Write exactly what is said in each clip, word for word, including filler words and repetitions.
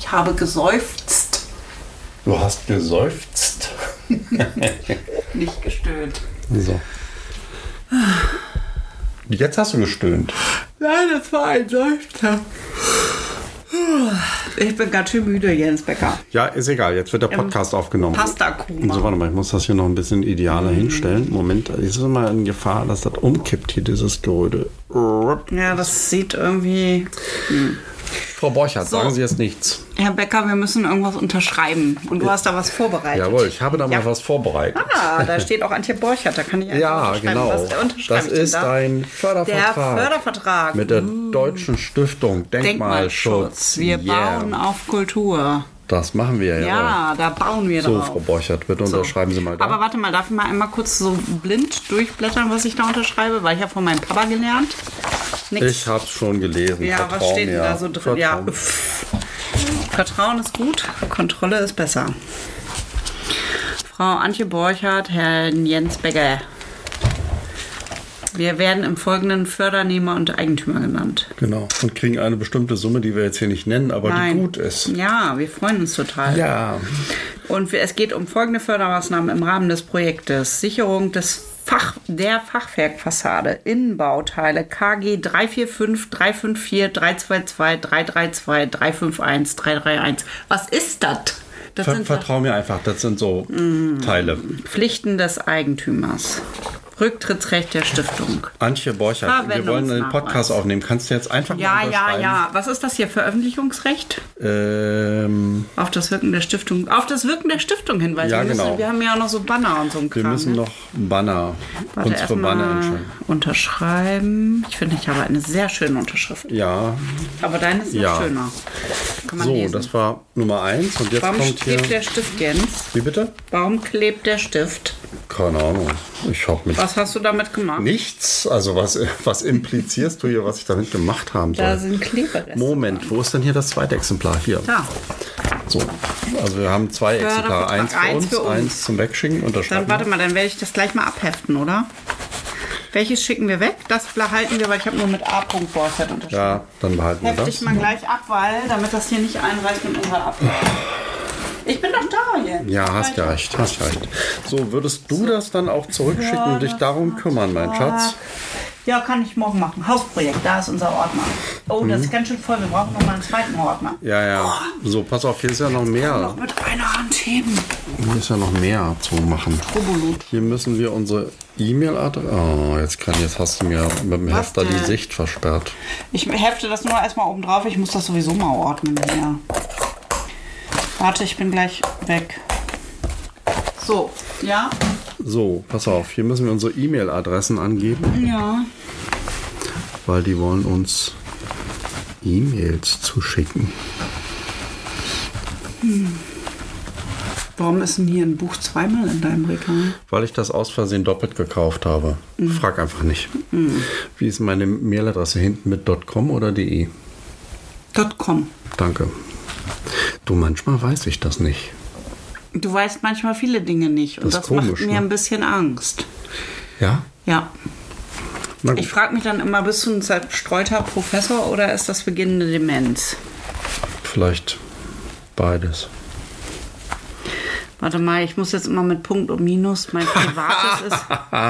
Ich habe geseufzt. Du hast geseufzt. Nicht gestöhnt. So. Jetzt hast du gestöhnt. Nein, das war ein Seufzer. Ich bin ganz schön müde, Jens Becker. Ja, ist egal. Jetzt wird der Podcast ähm, aufgenommen. Pasta-Koma. So, warte mal, ich muss das hier noch ein bisschen idealer mm. hinstellen. Moment, ist es mal in Gefahr, dass das umkippt hier, dieses Geröde. Ja, das sieht irgendwie... Hm. Frau Borchardt, so. sagen Sie jetzt nichts. Herr Becker, wir müssen irgendwas unterschreiben. Und du hast da was vorbereitet. Jawohl, ich habe da ja. mal was vorbereitet. Ah, da steht auch Antje Borchardt. Da kann ich einfach ja, unterschreiben. genau. Was das ist da? ein Fördervertrag. Der Fördervertrag. Mit der uh. Deutschen Stiftung Denkmalschutz. Denkmalschutz. Wir yeah. bauen auf Kultur. Das machen wir ja. Ja, da bauen wir so, drauf. So, Frau Borchardt, bitte so. unterschreiben Sie mal da. Aber warte mal, darf ich mal einmal kurz so blind durchblättern, was ich da unterschreibe? Weil ich ja von meinem Papa gelernt. Nix. Ich habe es schon gelesen. Ja, Vertrauen was steht denn mir. da so drin? Vertrauen. Ja, Vertrauen ist gut, Kontrolle ist besser. Frau Antje Borchardt, Herr Jens Becker. Wir werden im Folgenden Fördernehmer und Eigentümer genannt. Genau. Und kriegen eine bestimmte Summe, die wir jetzt hier nicht nennen, aber Nein. die gut ist. Ja, wir freuen uns total. Ja. Und es geht um folgende Fördermaßnahmen im Rahmen des Projektes. Sicherung des Fach, der Fachwerkfassade, Innenbauteile K G drei vier fünf, drei fünf vier, drei zwei zwei, drei drei zwei, drei fünf eins, drei drei eins. Was ist das? Das Ver sind Vertrau mir einfach, das sind so mm, Teile. Pflichten des Eigentümers. Rücktrittsrecht der Stiftung. Antje Borchardt, wir wollen einen Podcast aufnehmen. Kannst du jetzt einfach ja, mal Ja, ja, ja. Was ist das hier? Veröffentlichungsrecht? Ähm, auf das Wirken der Stiftung. Auf das Wirken der Stiftung hinweisen. Ja, wir, müssen, genau. wir haben ja auch noch so Banner und so ein Kram. Wir müssen ne? noch Banner, Warte, uns für Banner entscheiden. Unterschreiben. Ich finde, ich habe eine sehr schöne Unterschrift. Ja. Aber deine ist noch ja. schöner. Kann man so, lesen. Das war Nummer eins. Und jetzt Warum kommt hier... klebt der Stift, Jens? Wie bitte? Warum klebt der Stift? Keine Ahnung. Ich habe mich... Was hast du damit gemacht? Nichts. Also was, was implizierst du hier, was ich damit gemacht haben soll? Da sind Klebereste. Moment, wo ist denn hier das zweite Exemplar? Hier. Da. So, also wir haben zwei Exemplare. Eins für, eins uns, für uns, eins zum Wegschicken. Dann warte mal, dann werde ich das gleich mal abheften, oder? Welches schicken wir weg? Das behalten wir, weil ich habe nur mit A. Borchardt unterschrieben. Ja, dann behalten wir das. Hefte ich mal gleich ab, weil, damit das hier nicht einreißt mit unserer Abgabe. Ich bin doch da jetzt. Ja, hast ja recht, hast ja recht. So, würdest du das dann auch zurückschicken und dich darum kümmern, mein Schatz? Ja, kann ich morgen machen. Hausprojekt, da ist unser Ordner. Oh, das ist ganz schön voll. Wir brauchen noch mal einen zweiten Ordner. Ja, ja. Oh. So, pass auf, hier ist ja noch mehr. Noch mit einer Hand heben. Hier ist ja noch mehr zu machen. Robolut. Hier müssen wir unsere E-Mail-Adresse... Oh, jetzt, kann, jetzt hast du mir mit dem Was Hefter denn? die Sicht versperrt. Ich hefte das nur erstmal oben drauf. Ich muss das sowieso mal ordnen hier. Warte, ich bin gleich weg. So, ja? So, pass auf, hier müssen wir unsere E-Mail-Adressen angeben. Ja. Weil die wollen uns E-Mails zuschicken. Hm. Warum ist denn hier ein Buch zweimal in deinem Regal? Weil ich das aus Versehen doppelt gekauft habe. Mhm. Frag einfach nicht. Mhm. Wie ist meine Mailadresse hinten mit .com oder .de? .com. Danke. Du, manchmal weiß ich das nicht. Du weißt manchmal viele Dinge nicht. Und das, das komisch, macht mir ne? ein bisschen Angst. Ja? Ja. Ich frage mich dann immer, bist du ein zerstreuter Professor oder ist das beginnende Demenz? Vielleicht beides. Warte mal, ich muss jetzt immer mit Punkt und Minus. Mein privates ist...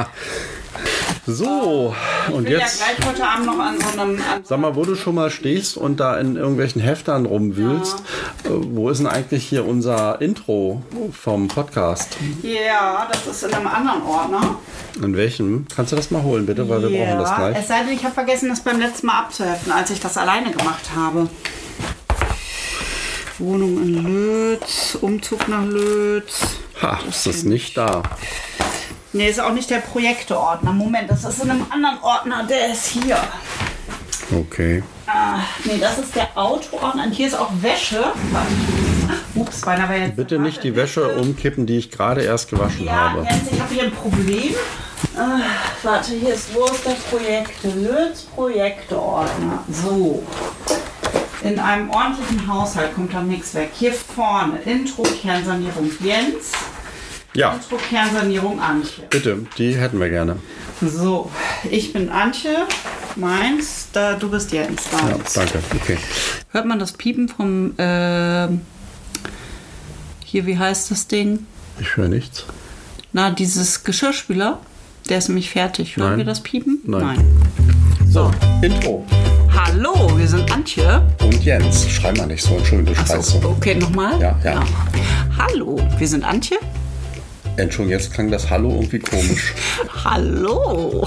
So, ich und will jetzt... ja gleich heute Abend noch an so einem... An Sag mal, wo du schon mal stehst und da in irgendwelchen Heftern rumwühlst, ja. Wo ist denn eigentlich hier unser Intro vom Podcast? Ja, das ist in einem anderen Ordner. In welchem? Kannst du das mal holen, bitte, weil wir ja. brauchen das gleich. Es sei denn, ich habe vergessen, das beim letzten Mal abzuheften, als ich das alleine gemacht habe. Wohnung in Lötz, Umzug nach Lötz. Ha, das ist nicht da. Nee, ist auch nicht der Projekteordner. Moment, das ist in einem anderen Ordner, der ist hier. Okay. Ah, nee, das ist der Autoordner. Und hier ist auch Wäsche. Ups, beinahe wäre jetzt... Bitte nicht die Wäsche umkippen, die ich gerade erst gewaschen ja, habe. Jetzt, ich habe hier ein Problem. Ah, warte, hier ist, wo ist der Projekte? Lötz Projekteordner. So. In einem ordentlichen Haushalt kommt da nichts weg. Hier vorne, Intro, Kernsanierung Jens. Ja. Intro, Kernsanierung Antje. Bitte, die hätten wir gerne. So, ich bin Antje. Meins, da, du bist Jens. Ja, danke. Okay. Hört man das Piepen vom, äh, hier, wie heißt das Ding? Ich höre nichts. Na, dieses Geschirrspüler, der ist nämlich fertig. Hören Nein. wir das Piepen? Nein. Nein. So, Intro. Hallo, wir sind Antje. Und Jens. Schrei mal nicht so, Entschuldigung, du schreist Achso, so. okay, nochmal? Ja, ja. Hallo, wir sind Antje. Entschuldigung, jetzt klang das Hallo irgendwie komisch. Hallo.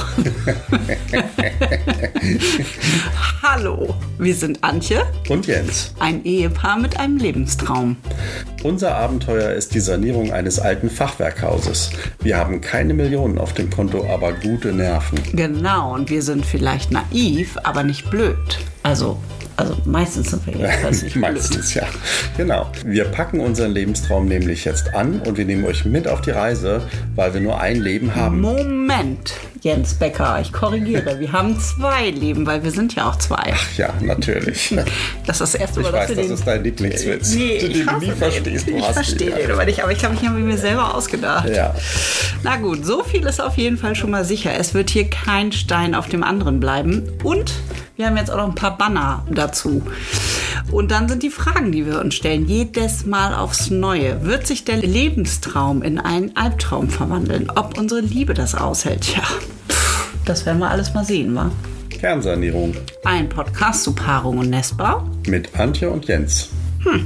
Hallo, wir sind Antje. Und Jens. Ein Ehepaar mit einem Lebenstraum. Unser Abenteuer ist die Sanierung eines alten Fachwerkhauses. Wir haben keine Millionen auf dem Konto, aber gute Nerven. Genau, und wir sind vielleicht naiv, aber nicht blöd. Also, also meistens sind wir jedenfalls nicht blöd. Meistens, ja. Genau. Wir packen unseren Lebenstraum nämlich jetzt an und wir nehmen euch mit auf die Reise, weil wir nur ein Leben haben. Moment, Jens Becker, ich korrigiere. Wir haben zwei Leben, weil wir sind ja auch zwei. Ja, natürlich. Das ist das erste Mal, Ich dass weiß, wir das den... ist dein Lieblingswitz, Nee, den ich du hasse nie den. verstehst. Du Ich hast verstehe ihn. den aber nicht, aber ich glaube, ich habe ihn mir selber ausgedacht. Ja. Na gut, so viel ist auf jeden Fall schon mal sicher. Es wird hier kein Stein auf dem anderen bleiben. Und wir haben jetzt auch noch ein paar Banner dazu. Und dann sind die Fragen, die wir uns stellen, jedes Mal aufs Neue. Wird sich der Lebenstraum in einen Albtraum verwandeln? Ob unsere Liebe das aushält? Tja, pff, das werden wir alles mal sehen, wa? Kernsanierung Ein Podcast zu Paarung und Nestbau. mit Antje und Jens. Hm.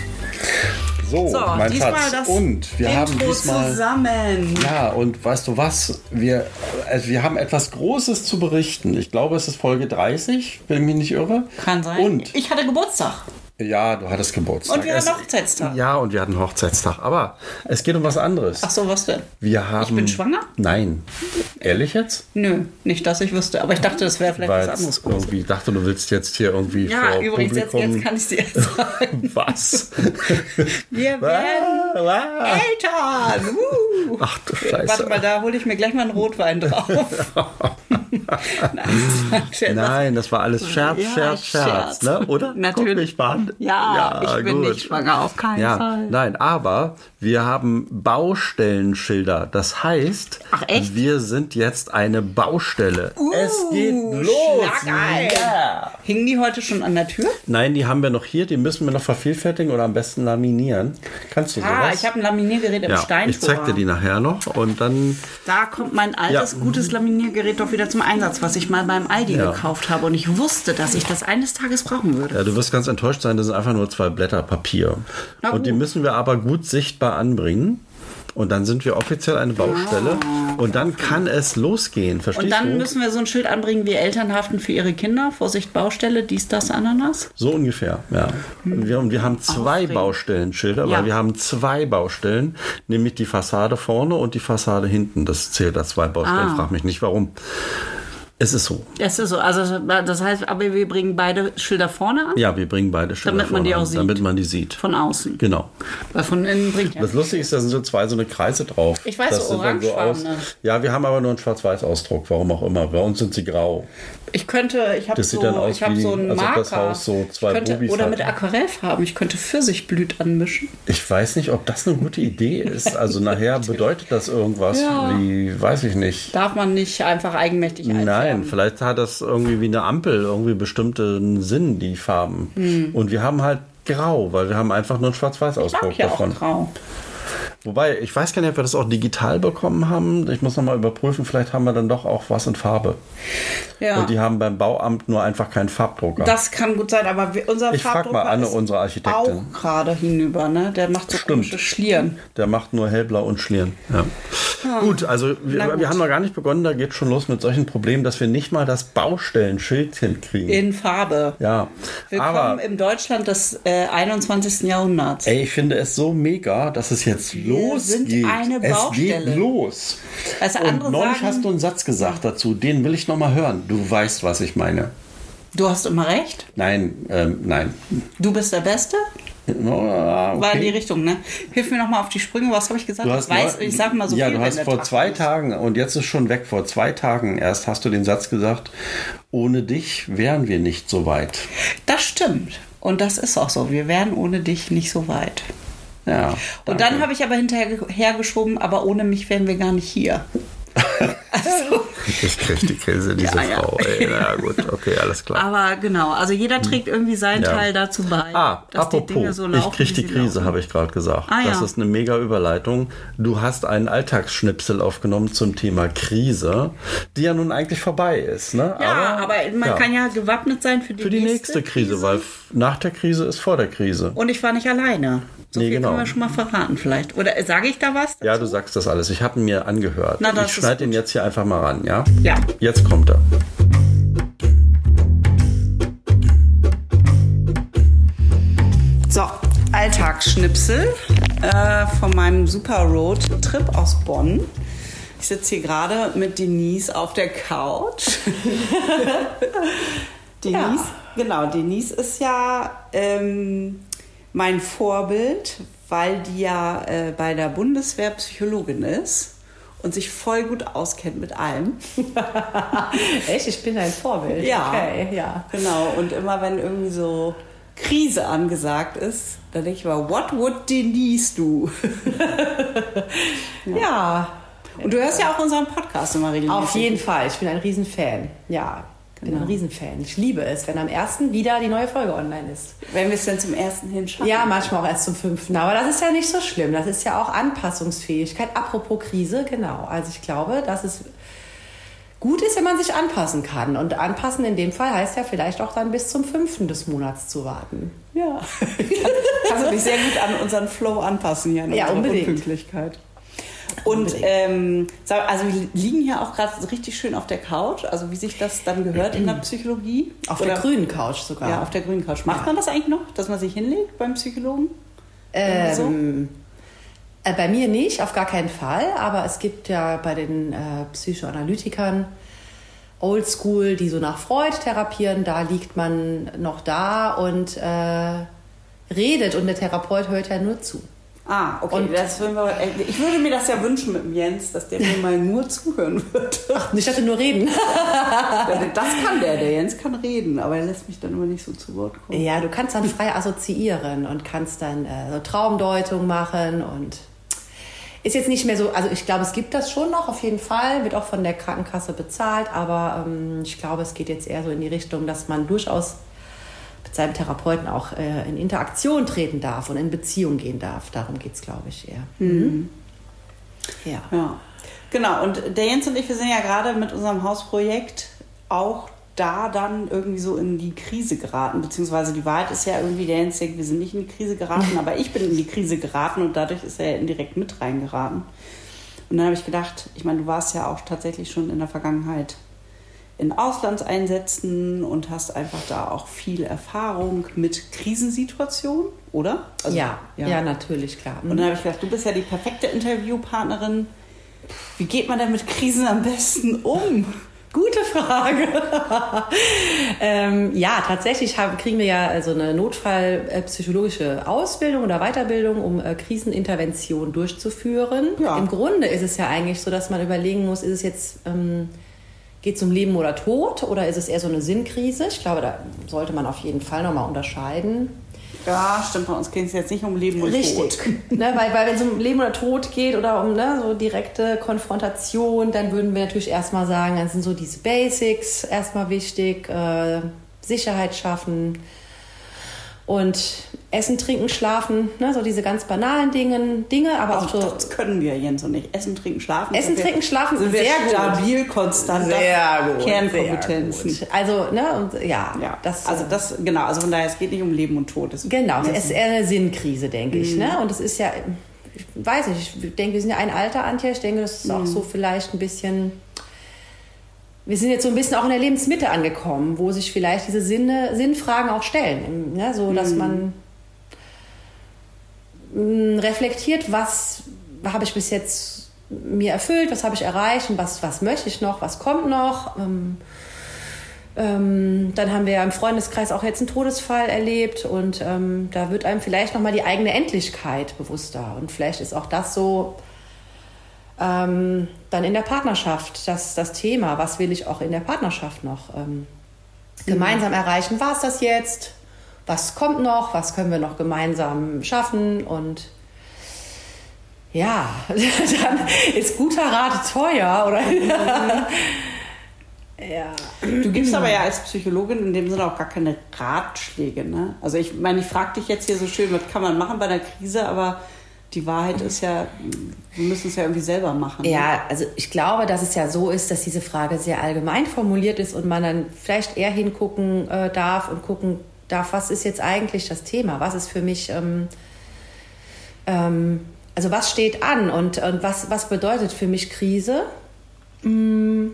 So, So, mein diesmal Schatz. das Und wir Intro haben diesmal... zusammen. Ja, und weißt du was? Wir, also wir haben etwas Großes zu berichten. Ich glaube, es ist Folge dreißig, wenn ich mich nicht irre. Kann sein. Und, Ich hatte Geburtstag. ja, du hattest Geburtstag. Und wir hatten Es- Hochzeitstag. Ja, und wir hatten Hochzeitstag. Aber es geht um was anderes. Ach so, was denn? Wir haben, Ich bin schwanger? Nein. Ehrlich jetzt? Nö, nicht, dass ich wüsste. Aber ich dachte, das wäre vielleicht Weil was anderes. ich irgendwie dachte, du willst jetzt hier irgendwie Ja, vor übrigens, jetzt, Publikum... jetzt kann ich dir jetzt sagen. Was? Wir werden Was? Eltern. Uh. Ach du Scheiße. Warte mal, da hole ich mir gleich mal einen Rotwein drauf. Nein, das war ein Scherz. Nein, das war alles Scherz, Ja, Scherz, Scherz, Scherz. ne? Oder? Natürlich. Guck mich mal an. Ja, ich bin gut. nicht schwanger, auf keinen Ja, Fall. nein, aber wir haben Baustellenschilder. Das heißt, Ach, echt? wir sind jetzt eine Baustelle. es geht los. Schlageil. Ja. Hingen die heute schon an der Tür? Nein, die haben wir noch hier. Die müssen wir noch vervielfältigen oder am besten laminieren. Kannst du Ah, sowas? ich habe ein Laminiergerät im ja, Steintor. ich zeig dir die nachher noch und dann... Da kommt mein altes, Ja. gutes Laminiergerät doch wieder zum Einsatz, was ich mal beim Aldi Ja. gekauft habe. Und ich wusste, dass ich das eines Tages brauchen würde. Ja, du wirst ganz enttäuscht sein, das sind einfach nur zwei Blätter Papier. Na Und die gut. müssen wir aber gut sichtbar anbringen. Und dann sind wir offiziell eine Baustelle. Und dann kann es losgehen. Verstehst Und dann du? müssen wir so ein Schild anbringen, wie Eltern haften für ihre Kinder. Vorsicht, Baustelle, dies, das, Ananas. So ungefähr, ja. Und wir, und wir haben zwei Aufregend. Baustellenschilder, Ja. weil wir haben zwei Baustellen, nämlich die Fassade vorne und die Fassade hinten. Das zählt als zwei Baustellen, Ah. frag mich nicht warum. Es ist so. Es ist so, also das heißt, aber wir bringen beide Schilder vorne an, Ja, wir bringen beide Schilder Damit man die vorne auch an, sieht. damit man die sieht. von außen. Genau. Weil von innen bringt ja. Das Lustige ist, da sind so zwei so eine Kreise drauf. Ich weiß, das so sieht dann so aus. orangefarbene. Ja, wir haben aber nur einen Schwarz-Weiß-Ausdruck, warum auch immer. Bei uns sind sie grau. Ich könnte, ich habe Das sieht so, dann aus ich habe wie, so einen als ob Marker. das Haus so zwei ich könnte, Bubis oder hat. mit Aquarellfarben. Ich könnte Pfirsichblüt anmischen. Ich weiß nicht, ob das eine gute Idee ist. Also nachher bedeutet das irgendwas Ja. wie, weiß ich nicht. Darf man nicht einfach eigenmächtig einfärben? Nein, vielleicht hat das irgendwie wie eine Ampel irgendwie bestimmten Sinn, die Farben. Hm. Und wir haben halt grau, weil wir haben einfach nur einen Ich Schwarz-Weiß-Ausdruck mag ja auch davon. grau. Wobei, ich weiß gar nicht, ob wir das auch digital bekommen haben. Ich muss nochmal überprüfen, vielleicht haben wir dann doch auch was in Farbe. Ja. Und die haben beim Bauamt nur einfach keinen Farbdrucker. Das kann gut sein, aber wir, unser Ich frag mal Farbdrucker Anne, ist unsere Architektin. auch gerade hinüber, ne? Der macht so Stimmt. komische Schlieren. Der macht nur hellblau und Schlieren. Ja. Gut, also Na wir, gut. wir haben noch gar nicht begonnen, da geht schon los mit solchen Problemen, dass wir nicht mal das Baustellenschild hinkriegen. In Farbe. ja, Willkommen aber im Deutschland des äh, einundzwanzigsten Jahrhunderts. ey, ich finde es so mega, dass es jetzt sind losgeht. eine es Baustelle. geht los. Also Und andere neulich sagen- hast du einen Satz gesagt dazu, den will ich noch mal hören. Du weißt, was ich meine. Du hast immer recht. Nein, ähm, nein. Du bist der Beste. No, ah, okay. War in die Richtung, ne? Hilf mir nochmal auf die Sprünge. Was habe ich gesagt? Du Ich hast weiß, neu- ich sag mal so ja, viel. du wenn hast der vor Tag zwei ist. Tagen, und jetzt ist schon weg, vor zwei Tagen erst hast du den Satz gesagt, ohne dich wären wir nicht so weit. Das stimmt. Und das ist auch so. Wir wären ohne dich nicht so weit. Ja. Und dann habe ich aber hinterher ge- hergeschoben, aber ohne mich wären wir gar nicht hier. Also, ich kriege die Krise, diese ja, ja. Frau. Ey. Na gut, okay, alles klar. Aber genau, also jeder trägt irgendwie seinen Ja. Teil dazu bei, Ah, dass apropos, die Dinge so laufen. ich kriege die wie sie Krise, laufen. habe ich gerade gesagt. Ah, das ja. ist eine mega Überleitung. Du hast einen Alltagsschnipsel aufgenommen zum Thema Krise, die ja nun eigentlich vorbei ist. Ne? Ja, aber, man ja. kann ja gewappnet sein für die, für die nächste, nächste Krise, weil f- nach der Krise ist vor der Krise. Und ich war nicht alleine. So Nee, viel genau. können wir schon mal verraten vielleicht. Oder äh, sage ich da was? Ja, du sagst das alles. Ich habe ihn mir angehört. Na, das ich ist schneide ihn gut. jetzt hier einfach mal ran, ja? Ja. Jetzt kommt er. So, Alltagsschnipsel äh, von meinem Super Road Trip aus Bonn. Ich sitze hier gerade mit Denise auf der Couch. Denise, Ja. genau, Denise ist ja ähm, mein Vorbild, weil die ja äh, bei der Bundeswehr Psychologin ist und sich voll gut auskennt mit allem. Echt? Ich bin ein Vorbild. Ja, Okay, ja. genau. Und immer wenn irgendwie so Krise angesagt ist, dann denke ich mal, what would Denise do? Ja, Und du hörst ja auch unseren Podcast immer regelmäßig. auf jeden Fall. Ich bin ein Riesenfan. Ja, ich bin Genau. ein Riesenfan. Ich liebe es, wenn am ersten wieder die neue Folge online ist. Wenn wir es dann zum ersten hinschaffen. Ja, manchmal auch erst zum fünften. Aber das ist ja nicht so schlimm. Das ist ja auch Anpassungsfähigkeit. Apropos Krise, genau. Also ich glaube, dass es gut ist, wenn man sich anpassen kann. Und anpassen in dem Fall heißt ja vielleicht auch dann bis zum fünften des Monats zu warten. Ja. Kannst du dich sehr gut an unseren Flow anpassen hier, an Ja, unsere unbedingt. Unpünktlichkeit. Und Unbedingt. ähm, sag- also wir liegen hier auch gerade so richtig schön auf der Couch, also wie sich das dann gehört in der Psychologie. Auf Oder- der grünen Couch sogar. Ja, auf der grünen Couch. Macht Ja. man das eigentlich noch, dass man sich hinlegt beim Psychologen? Ähm, äh, bei mir nicht, auf gar keinen Fall. Aber es gibt ja bei den äh, Psychoanalytikern Oldschool, die so nach Freud therapieren. Da liegt man noch da und äh, redet und der Therapeut hört ja nur zu. Ah, okay. Und- das würden wir, äh, ich würde mir das ja wünschen mit dem Jens, dass der mir mal nur zuhören würde. Und ich hatte nur reden. Das kann der, der Jens kann reden, aber er lässt mich dann immer nicht so zu Wort kommen. Ja, du kannst dann frei assoziieren und kannst dann äh, so Traumdeutung machen und ist jetzt nicht mehr so, also ich glaube, es gibt das schon noch auf jeden Fall, wird auch von der Krankenkasse bezahlt, aber ähm, ich glaube, es geht jetzt eher so in die Richtung, dass man durchaus mit seinem Therapeuten auch äh, in Interaktion treten darf und in Beziehung gehen darf. Darum geht es, glaube ich, eher. Mhm. Ja. Ja, genau. Und der Jens und ich, wir sind ja gerade mit unserem Hausprojekt auch da dann irgendwie so in die Krise geraten. Beziehungsweise die Wahrheit ist ja irgendwie, der Jens denkt, wir sind nicht in die Krise geraten, aber ich bin in die Krise geraten und dadurch ist er indirekt mit reingeraten. Und dann habe ich gedacht, ich meine, du warst ja auch tatsächlich schon in der Vergangenheit in Auslandseinsätzen und hast einfach da auch viel Erfahrung mit Krisensituationen, oder? Also, ja, ja, natürlich, klar. Und dann habe ich gedacht, du bist ja die perfekte Interviewpartnerin. Wie geht man denn mit Krisen am besten um? Gute Frage. ähm, ja, tatsächlich haben, kriegen wir ja so eine notfallpsychologische Ausbildung oder Weiterbildung, um äh, Krisenintervention durchzuführen. Ja. Im Grunde ist es ja eigentlich so, dass man überlegen muss, ist es jetzt, ähm, geht es um Leben oder Tod oder ist es eher so eine Sinnkrise? Ich glaube, da sollte man auf jeden Fall nochmal unterscheiden. Ja, stimmt, bei uns geht es jetzt nicht um Leben und Richtig. Tod. Ne, weil, weil wenn es um Leben oder Tod geht oder um ne, so direkte Konfrontation, dann würden wir natürlich erstmal sagen, dann sind so diese Basics erstmal wichtig, äh, Sicherheit schaffen und Essen, Trinken, Schlafen, ne, so diese ganz banalen Dinge, Dinge aber Also, auch so das können wir, Jens und ich. Essen, trinken, schlafen. Essen, Sind wir- Trinken, Schlafen sind wir sehr gut. stabil, konstant. sehr gut, Kernkompetenzen. sehr gut. Also, ne, und ja, Ja, das, also das, genau, also von daher, es geht nicht um Leben und Tod. Es Genau, um es ist eher eine Sinnkrise, denke ich. Ne? Und es ist ja, ich weiß nicht, ich denke, wir sind ja ein Alter, Antje. Ich denke, das ist auch so vielleicht ein bisschen, wir sind jetzt so ein bisschen auch in der Lebensmitte angekommen, wo sich vielleicht diese Sinne, Sinnfragen auch stellen. Ne? So, dass man mh, reflektiert, was habe ich bis jetzt mir erfüllt, was habe ich erreicht und was, was möchte ich noch, was kommt noch. Ähm, Ähm, dann haben wir ja im Freundeskreis auch jetzt einen Todesfall erlebt und ähm, da wird einem vielleicht nochmal die eigene Endlichkeit bewusster. Und vielleicht ist auch das so ähm, dann in der Partnerschaft das, das Thema. Was will ich auch in der Partnerschaft noch ähm, gemeinsam erreichen? War es das jetzt? Was kommt noch? Was können wir noch gemeinsam schaffen? Und Ja, dann ist guter Rat teuer, oder? Ja. Du gibst aber ja als Psychologin in dem Sinne auch gar keine Ratschläge, ne? Also ich meine, ich frage dich jetzt hier so schön, was kann man machen bei einer Krise, aber die Wahrheit ist ja, wir müssen es ja irgendwie selber machen. Ne? Ja, also ich glaube, dass es ja so ist, dass diese Frage sehr allgemein formuliert ist und man dann vielleicht eher hingucken äh, darf und gucken darf, was ist jetzt eigentlich das Thema? Was ist für mich, ähm, ähm, also was steht an und, und was, was bedeutet für mich Krise? Mm.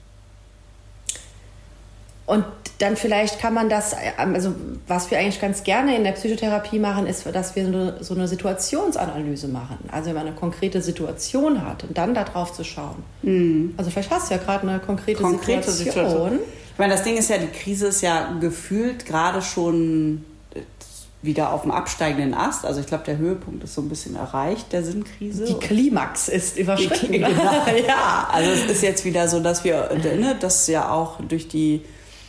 Und dann vielleicht kann man das, also was wir eigentlich ganz gerne in der Psychotherapie machen, ist, dass wir so eine, so eine Situationsanalyse machen. Also wenn man eine konkrete Situation hat und dann da drauf zu schauen. Mhm. Also vielleicht hast du ja gerade eine konkrete, konkrete Situation. Situation. Ich meine, das Ding ist ja, die Krise ist ja gefühlt gerade schon wieder auf dem absteigenden Ast. Also ich glaube, der Höhepunkt ist so ein bisschen erreicht, der Sinnkrise. Die Klimax ist überschritten. Die, genau. Ja, also es ist jetzt wieder so, dass wir, ne, dass ja auch durch die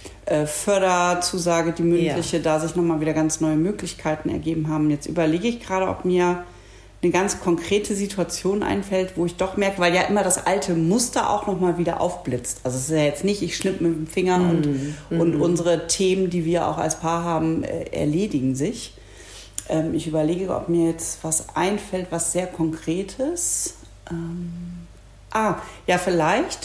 Förderzusage, die mündliche, ja. da sich nochmal wieder ganz neue Möglichkeiten ergeben haben. Jetzt überlege ich gerade, ob mir eine ganz konkrete Situation einfällt, wo ich doch merke, weil ja immer das alte Muster auch nochmal wieder aufblitzt. Also es ist ja jetzt nicht, ich schnipp mit dem Finger mm. und, mm. und unsere Themen, die wir auch als Paar haben, erledigen sich. Ähm, ich überlege, ob mir jetzt was einfällt, was sehr Konkretes. Ähm, ah, ja, vielleicht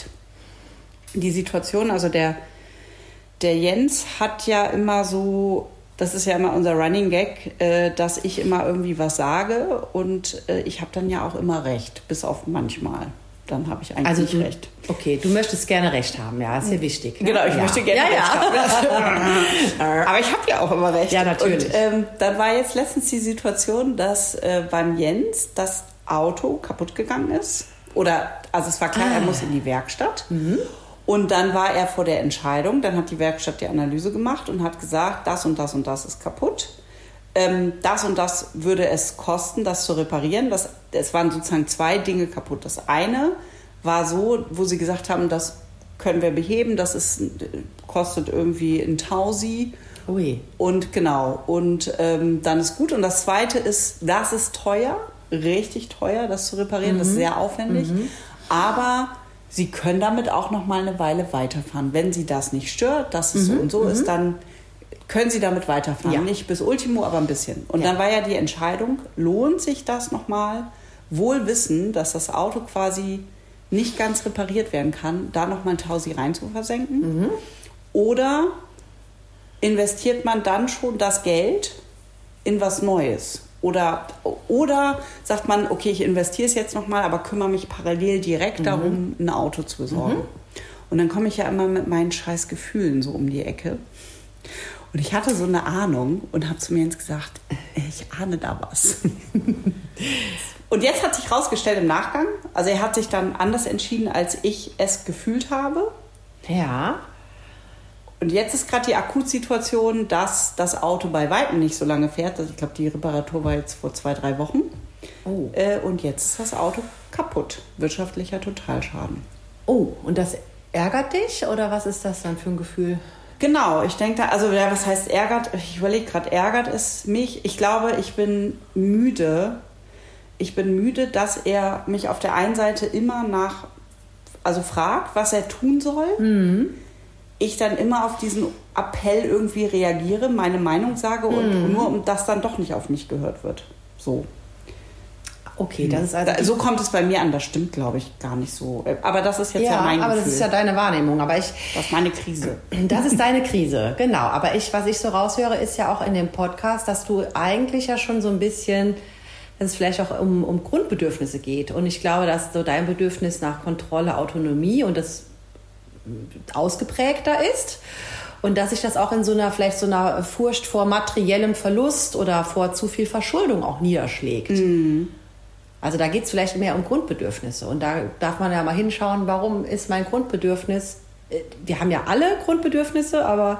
die Situation, also der Der Jens hat ja immer so, das ist ja immer unser Running Gag, äh, dass ich immer irgendwie was sage und äh, ich habe dann ja auch immer recht, bis auf manchmal. Dann habe ich eigentlich also nicht du, recht. Okay, du möchtest gerne recht haben, ja, ist ja wichtig. Ne? Genau, ich ja. möchte gerne ja, recht ja. haben. Aber ich habe ja auch immer recht. Ja, natürlich. Und ähm, dann war jetzt letztens die Situation, dass äh, beim Jens das Auto kaputt gegangen ist. Oder, also es war klar, ah. er muss in die Werkstatt. Mhm. Und dann war er vor der Entscheidung, dann hat die Werkstatt die Analyse gemacht und hat gesagt, das und das und das ist kaputt. Ähm, das und das würde es kosten, das zu reparieren. Das, es waren sozusagen zwei Dinge kaputt. Das eine war so, wo sie gesagt haben, das können wir beheben, das ist, kostet irgendwie ein Tausi. Ui. Und genau, und ähm, dann ist gut. Und das zweite ist, das ist teuer, richtig teuer, das zu reparieren, mhm. das ist sehr aufwendig. Mhm. Aber Sie können damit auch noch mal eine Weile weiterfahren. Wenn Sie das nicht stört, dass es mhm. so und so mhm. ist, dann können Sie damit weiterfahren. Ja. Nicht bis Ultimo, aber ein bisschen. Und ja. dann war ja die Entscheidung, lohnt sich das noch mal, wohl wissen, dass das Auto quasi nicht ganz repariert werden kann, da noch mal ein Tausi rein zu versenken? Mhm. Oder investiert man dann schon das Geld in was Neues? Oder, oder sagt man, okay, ich investiere es jetzt nochmal, aber kümmere mich parallel direkt mhm. darum, ein Auto zu besorgen. Mhm. Und dann komme ich ja immer mit meinen scheiß Gefühlen so um die Ecke. Und ich hatte so eine Ahnung und habe zu mir jetzt gesagt, ich ahne da was. Und jetzt hat sich rausgestellt im Nachgang, also er hat sich dann anders entschieden, als ich es gefühlt habe. Ja. Und jetzt ist gerade die Akutsituation, dass das Auto bei Weitem nicht so lange fährt. Also ich glaube, die Reparatur war jetzt vor zwei, drei Wochen. Oh. Äh, und jetzt ist das Auto kaputt. Wirtschaftlicher Totalschaden. Oh, und das ärgert dich? Oder was ist das dann für ein Gefühl? Genau, ich denke da, also ja, was heißt ärgert? Ich überlege gerade, ärgert es mich? Ich glaube, ich bin müde. Ich bin müde, dass er mich auf der einen Seite immer nach, also fragt, was er tun soll. Mhm. Ich dann immer auf diesen Appell irgendwie reagiere, meine Meinung sage und mm. nur um das dann doch nicht auf mich gehört wird. So. Okay, das ist also... So kommt es bei mir an, das stimmt, glaube ich, gar nicht so. Aber das ist jetzt ja, ja mein aber Gefühl. Das ist ja deine Wahrnehmung. Aber ich, das ist meine Krise. Das ist deine Krise, genau. Aber ich, was ich so raushöre, ist ja auch in dem Podcast, dass du eigentlich ja schon so ein bisschen, dass es vielleicht auch um, um Grundbedürfnisse geht. Und ich glaube, dass so dein Bedürfnis nach Kontrolle, Autonomie und das ausgeprägter ist und dass sich das auch in so einer vielleicht so einer Furcht vor materiellem Verlust oder vor zu viel Verschuldung auch niederschlägt. Mhm. Also da geht es vielleicht mehr um Grundbedürfnisse und da darf man ja mal hinschauen, warum ist mein Grundbedürfnis, wir haben ja alle Grundbedürfnisse, aber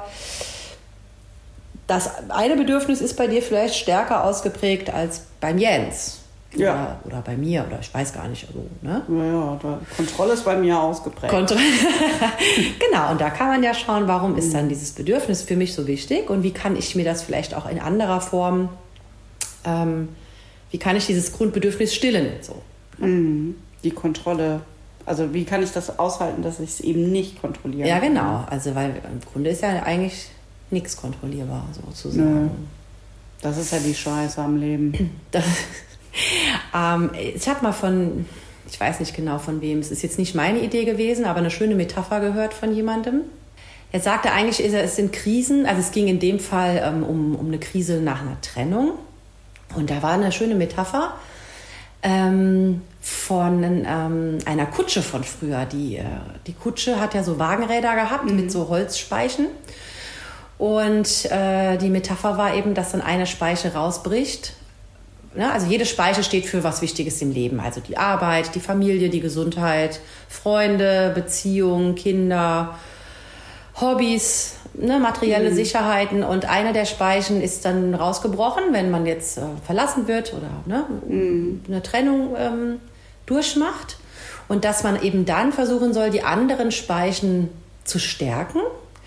das eine Bedürfnis ist bei dir vielleicht stärker ausgeprägt als beim Jens. Ja. Oder, oder bei mir, oder ich weiß gar nicht. Also, ne? Naja, da, Kontrolle ist bei mir ausgeprägt. Kontrolle. Genau, und da kann man ja schauen, warum mhm. ist dann dieses Bedürfnis für mich so wichtig und wie kann ich mir das vielleicht auch in anderer Form, ähm, wie kann ich dieses Grundbedürfnis stillen? So. Mhm. Die Kontrolle. Also wie kann ich das aushalten, dass ich es eben nicht kontrolliere? Ja, genau. Also weil im Grunde ist ja eigentlich nichts kontrollierbar, sozusagen. Nö. Das ist ja die Scheiße am Leben. Das, ähm, ich habe mal von, ich weiß nicht genau von wem, es ist jetzt nicht meine Idee gewesen, aber eine schöne Metapher gehört von jemandem. Er sagte eigentlich, es sind Krisen, also es ging in dem Fall ähm, um, um eine Krise nach einer Trennung. Und da war eine schöne Metapher ähm, von ähm, einer Kutsche von früher. Die, äh, die Kutsche hat ja so Wagenräder gehabt mhm. mit so Holzspeichen. Und äh, die Metapher war eben, dass dann eine Speiche rausbricht. Ne? Also jede Speiche steht für was Wichtiges im Leben. Also die Arbeit, die Familie, die Gesundheit, Freunde, Beziehungen, Kinder, Hobbys, ne, materielle mhm. Sicherheiten. Und eine der Speichen ist dann rausgebrochen, wenn man jetzt äh, verlassen wird oder ne, mhm. eine Trennung ähm, durchmacht. Und dass man eben dann versuchen soll, die anderen Speichen zu stärken.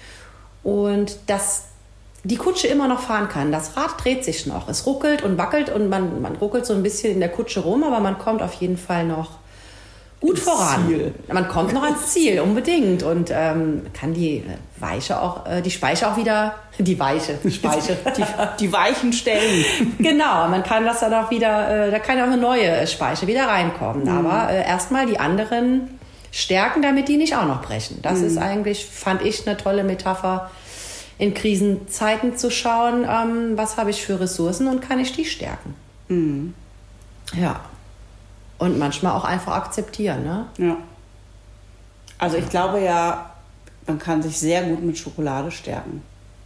Und dass die Kutsche immer noch fahren kann. Das Rad dreht sich noch. Es ruckelt und wackelt und man, man ruckelt so ein bisschen in der Kutsche rum, aber man kommt auf jeden Fall noch gut ins voran. Ziel. Man kommt noch ans Ziel, unbedingt. Und ähm, kann die Weiche auch, äh, die Speiche auch wieder, die Weiche, die Speiche, die, die Weichen stellen. Genau, man kann das dann auch wieder, äh, da kann auch eine neue Speiche wieder reinkommen. Mhm. Aber äh, erstmal die anderen stärken, damit die nicht auch noch brechen. Das mhm. ist eigentlich, fand ich, eine tolle Metapher, in Krisenzeiten zu schauen, ähm, was habe ich für Ressourcen und kann ich die stärken. Mhm. Ja. Und manchmal auch einfach akzeptieren, ne? Ja. Also ich glaube ja, man kann sich sehr gut mit Schokolade stärken.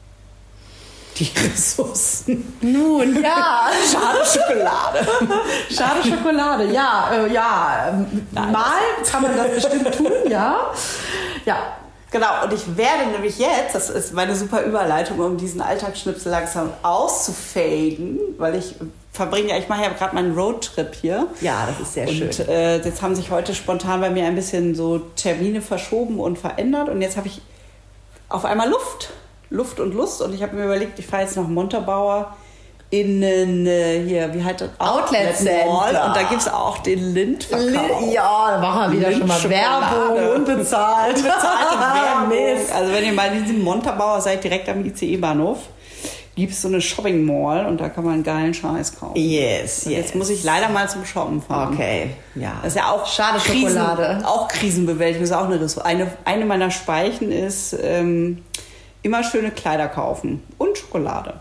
Die Ressourcen. Nun, ja. Schade Schokolade. Schade Schokolade, ja. Äh, ja, Nein, mal kann man das bestimmt tun, ja. Ja. Genau, und ich werde nämlich jetzt, das ist meine super Überleitung, um diesen Alltagsschnipsel langsam auszufaden, weil ich verbringe ja, ich mache ja gerade meinen Roadtrip hier. Ja, das ist sehr und, schön. Und äh, jetzt haben sich heute spontan bei mir ein bisschen so Termine verschoben und verändert und jetzt habe ich auf einmal Luft, Luft und Lust und ich habe mir überlegt, ich fahre jetzt nach Montabaur in äh, hier, wie heißt das? Outlet Center. Und da gibt es auch den Lind-Verkauf. Ja, da machen wir wieder schon mal Werbung, unbezahlt. Unbezahlte Werbung. Also wenn ihr mal in diesem Montabaur seid, direkt am I C E-Bahnhof, gibt es so eine Shopping Mall und da kann man einen geilen Scheiß kaufen. Yes, yes. Jetzt muss ich leider mal zum Shoppen fahren. Okay, ja. Das ist ja auch schade Krisen, Schokolade. Auch Krisenbewältigung ist auch eine Ressource. Eine, eine meiner Speichen ist ähm, immer schöne Kleider kaufen und Schokolade.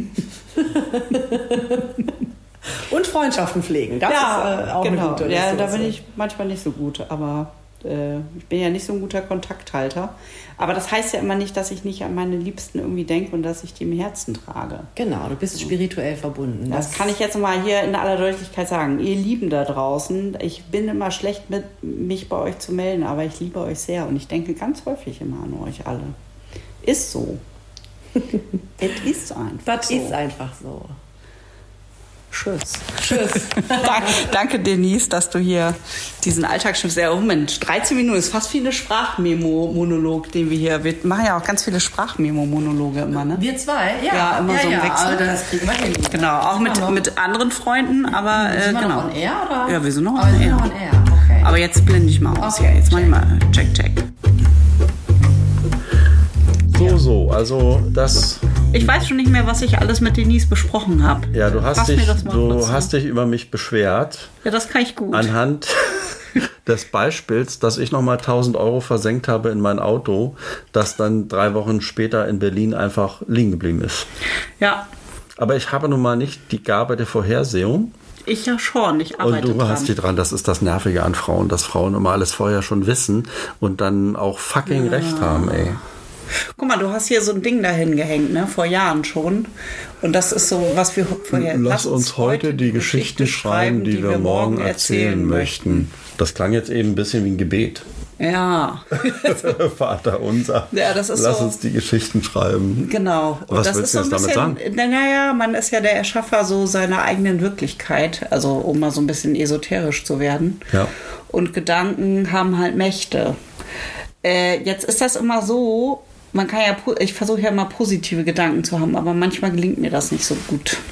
Und Freundschaften pflegen. Das ja, ist äh, auch genau. eine gute Ja, Ressource. da bin ich manchmal nicht so gut, aber äh, ich bin ja nicht so ein guter Kontakthalter. Aber das heißt ja immer nicht, dass ich nicht an meine Liebsten irgendwie denke und dass ich die im Herzen trage. Genau, du bist spirituell verbunden. Das, das kann ich jetzt mal hier in aller Deutlichkeit sagen. Ihr Lieben da draußen, ich bin immer schlecht mit mich bei euch zu melden, aber ich liebe euch sehr und ich denke ganz häufig immer an euch alle. Ist so. Es ist einfach das so. Das ist einfach so. Tschüss. Tschüss. Danke, Denise, dass du hier diesen Alltagsschnitt sehr, oh Mensch, dreizehn Minuten ist fast wie eine Sprachmemo-Monolog, den wir hier, wir machen ja auch ganz viele Sprachmemo-Monologe immer, ne? Wir zwei? Ja. Ja, immer ja, so im ja, Wechsel. Aber das kriegen wir hin. Genau, auch mit, mit anderen Freunden, aber äh, sind wir genau. noch on air, oder? Ja, wir sind noch aber on air. On air. Okay. Aber jetzt blende ich mal aus. Okay, Ja, jetzt mach ich mal check, check. So, so, also das... Ich weiß schon nicht mehr, was ich alles mit Denise besprochen habe. Ja, du hast, dich, du hast dich über mich beschwert. Ja, das kann ich gut. Anhand des Beispiels, dass ich nochmal tausend Euro versenkt habe in mein Auto, das dann drei Wochen später in Berlin einfach liegen geblieben ist. Ja. Aber ich habe nun mal nicht die Gabe der Vorhersehung. Ich ja schon, ich arbeite Und du dran. hast die dran, das ist das Nervige an Frauen, dass Frauen immer alles vorher schon wissen und dann auch fucking ja. recht haben, ey. Guck mal, du hast hier so ein Ding dahin gehängt, ne? Vor Jahren schon. Und das ist so, was wir vorher... Lass uns heute die Geschichte schreiben, die, die wir morgen erzählen möchten. Das klang jetzt eben ein bisschen wie ein Gebet. Ja. Vater unser. Ja, das ist Lass so, uns die Geschichten schreiben. Genau. Und was das willst ist du so jetzt damit sagen? Naja, man ist ja der Erschaffer so seiner eigenen Wirklichkeit. Also um mal so ein bisschen esoterisch zu werden. Ja. Und Gedanken haben halt Mächte. Äh, jetzt ist das immer so... Man kann ja, ich versuche ja immer positive Gedanken zu haben, aber manchmal gelingt mir das nicht so gut.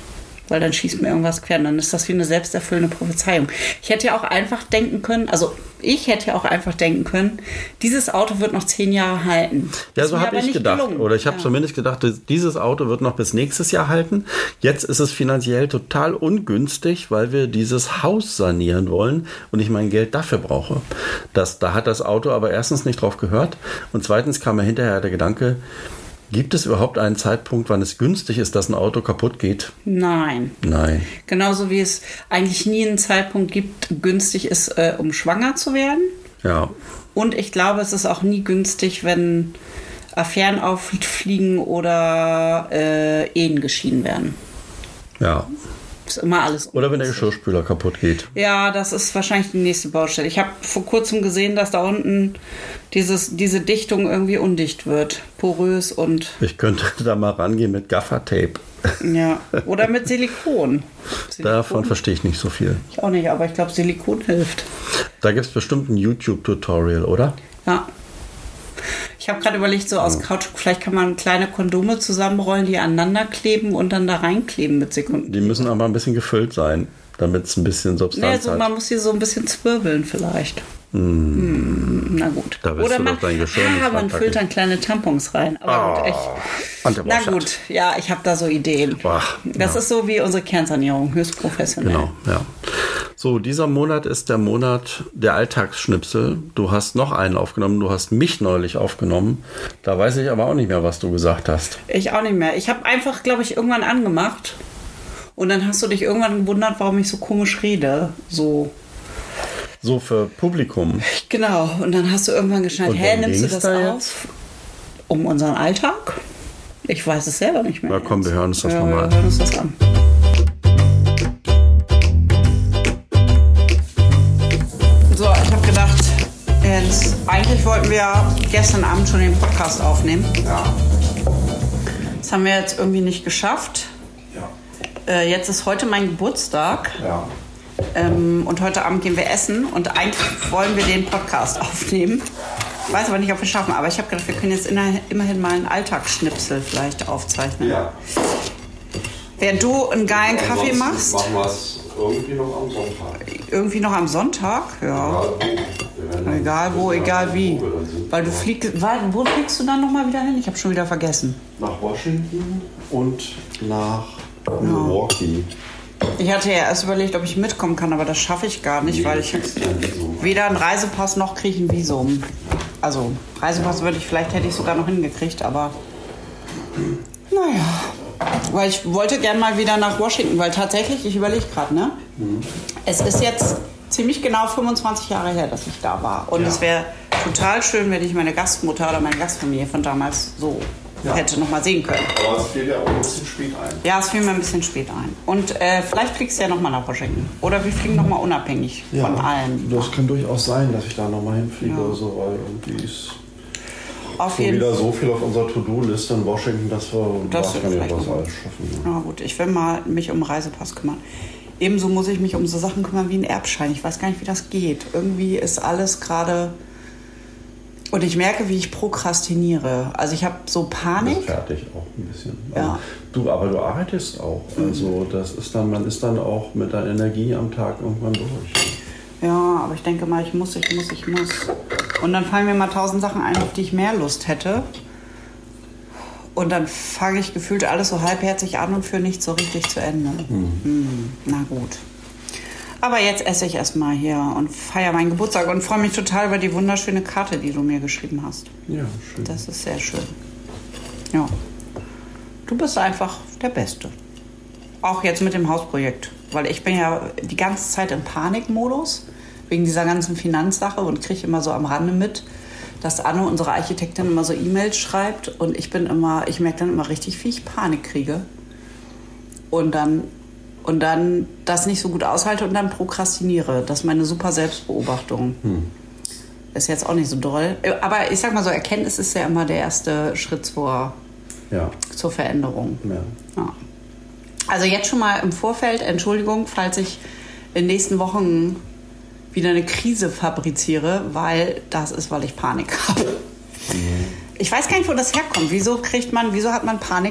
weil dann schießt mir irgendwas quer. Und dann ist das wie eine selbsterfüllende Prophezeiung. Ich hätte ja auch einfach denken können, also ich hätte ja auch einfach denken können, dieses Auto wird noch zehn Jahre halten. Ja, so habe ich gedacht. Gelungen. Oder ich habe ja. zumindest gedacht, dieses Auto wird noch bis nächstes Jahr halten. Jetzt ist es finanziell total ungünstig, weil wir dieses Haus sanieren wollen und ich mein Geld dafür brauche. Das, da hat das Auto aber erstens nicht drauf gehört und zweitens kam mir hinterher der Gedanke, gibt es überhaupt einen Zeitpunkt, wann es günstig ist, dass ein Auto kaputt geht? Nein. Nein. Genauso wie es eigentlich nie einen Zeitpunkt gibt, günstig ist, äh, um schwanger zu werden. Ja. Und ich glaube, es ist auch nie günstig, wenn Affären auffliegen oder äh, Ehen geschieden werden. Ja. Ist immer alles ungünstig. Oder wenn der Geschirrspüler kaputt geht. Ja, das ist wahrscheinlich die nächste Baustelle. Ich habe vor kurzem gesehen, dass da unten dieses, diese Dichtung irgendwie undicht wird. Porös und... Ich könnte da mal rangehen mit Gaffertape. Ja, oder mit Silikon. Silikon. Davon verstehe ich nicht so viel. Ich auch nicht, aber ich glaube, Silikon hilft. Da gibt es bestimmt ein YouTube-Tutorial, oder? Ja. Ich habe gerade überlegt, so aus Kautschuk, vielleicht kann man kleine Kondome zusammenrollen, die aneinander kleben und dann da reinkleben mit Sekunden. Die müssen aber ein bisschen gefüllt sein, damit es ein bisschen Substanz nee, so, hat. Man muss sie so ein bisschen zwirbeln vielleicht. Mm. Hm, na gut. Da Oder du man, doch dein Geschirr ah, man füllt dann kleine Tampons rein. Aber oh, gut, echt. Na gut, ja, ich habe da so Ideen. Ach, das ja. ist so wie unsere Kernsanierung, höchst professionell. Genau, ja. So, dieser Monat ist der Monat der Alltagsschnipsel. Du hast noch einen aufgenommen, du hast mich neulich aufgenommen. Da weiß ich aber auch nicht mehr, was du gesagt hast. Ich auch nicht mehr. Ich habe einfach, glaube ich, irgendwann angemacht und dann hast du dich irgendwann gewundert, warum ich so komisch rede. So. So für Publikum. Genau, und dann hast du irgendwann geschnallt, hä, nimmst du das da auf? Um unseren Alltag? Ich weiß es selber nicht mehr. Na komm, wir hören uns das ja, nochmal an. Wir hören uns das an. So, ich habe gedacht, jetzt, eigentlich wollten wir gestern Abend schon den Podcast aufnehmen. Ja. Das haben wir jetzt irgendwie nicht geschafft. Ja. Äh, jetzt ist heute mein Geburtstag. Ja. Ähm, und heute Abend gehen wir essen und eigentlich wollen wir den Podcast aufnehmen. Ich weiß aber nicht, ob wir es schaffen, aber ich habe gedacht, wir können jetzt immerhin mal einen Alltagsschnipsel vielleicht aufzeichnen. Ja. Während du einen geilen ja, Kaffee machst. Machen wir es irgendwie noch am Sonntag. Irgendwie noch am Sonntag? Ja. Egal wo, egal, wo, egal wie. Weil du fliegst. Wo fliegst du dann nochmal wieder hin? Ich habe schon wieder vergessen. Nach Washington und nach Milwaukee. Ich hatte ja erst überlegt, ob ich mitkommen kann, aber das schaffe ich gar nicht, nee, weil ich weder einen Reisepass noch kriege ein Visum. Also Reisepass würde ich, vielleicht hätte ich sogar noch hingekriegt, aber naja. Weil ich wollte gern mal wieder nach Washington, weil tatsächlich, ich überlege gerade, ne? Mhm. Es ist jetzt ziemlich genau fünfundzwanzig Jahre her, dass ich da war. Und ja. Es wäre total schön, wenn ich meine Gastmutter oder meine Gastfamilie von damals so ja. hätte noch mal sehen können. Aber es fiel ja auch ein bisschen spät ein. Ja, es fiel mir ein bisschen spät ein. Und äh, vielleicht fliegst du ja noch mal nach Washington. Oder wir fliegen noch mal unabhängig ja, von allen. Das kann durchaus sein, dass ich da noch mal hinfliege ja. oder so, weil irgendwie ist auf schon jeden wieder so viel auf unserer To-Do-Liste in Washington, dass wir das was alles schaffen. Ja. Na gut, ich will mal mich um einen Reisepass kümmern. Ebenso muss ich mich um so Sachen kümmern wie einen Erbschein. Ich weiß gar nicht, wie das geht. Irgendwie ist alles gerade... Und ich merke, wie ich prokrastiniere. Also ich habe so Panik. Das fertig auch ein bisschen. Ja. Du, aber du arbeitest auch. Also das ist dann, man ist dann auch mit der Energie am Tag irgendwann durch. Ja, aber ich denke mal, ich muss, ich muss, ich muss. Und dann fallen mir mal tausend Sachen ein, auf die ich mehr Lust hätte. Und dann fange ich gefühlt alles so halbherzig an und führe nicht so richtig zu Ende. Hm. Hm, na gut. Aber jetzt esse ich erstmal hier und feiere meinen Geburtstag und freue mich total über die wunderschöne Karte, die du mir geschrieben hast. Ja, schön. Das ist sehr schön. Ja. Du bist einfach der Beste. Auch jetzt mit dem Hausprojekt. Weil ich bin ja die ganze Zeit im Panikmodus wegen dieser ganzen Finanzsache und kriege immer so am Rande mit, dass Anne, unsere Architektin, immer so E-Mails schreibt und ich bin immer, ich merke dann immer richtig, wie ich Panik kriege. Und dann Und dann das nicht so gut aushalte und dann prokrastiniere. Das ist meine super Selbstbeobachtung. Hm. Ist jetzt auch nicht so doll. Aber ich sag mal so, Erkenntnis ist ja immer der erste Schritt zur, ja. zur Veränderung. Ja. Ja. Also jetzt schon mal im Vorfeld, Entschuldigung, falls ich in den nächsten Wochen wieder eine Krise fabriziere, weil das ist, weil ich Panik habe. Mhm. Ich weiß gar nicht, wo das herkommt. Wieso kriegt man, wieso hat man Panik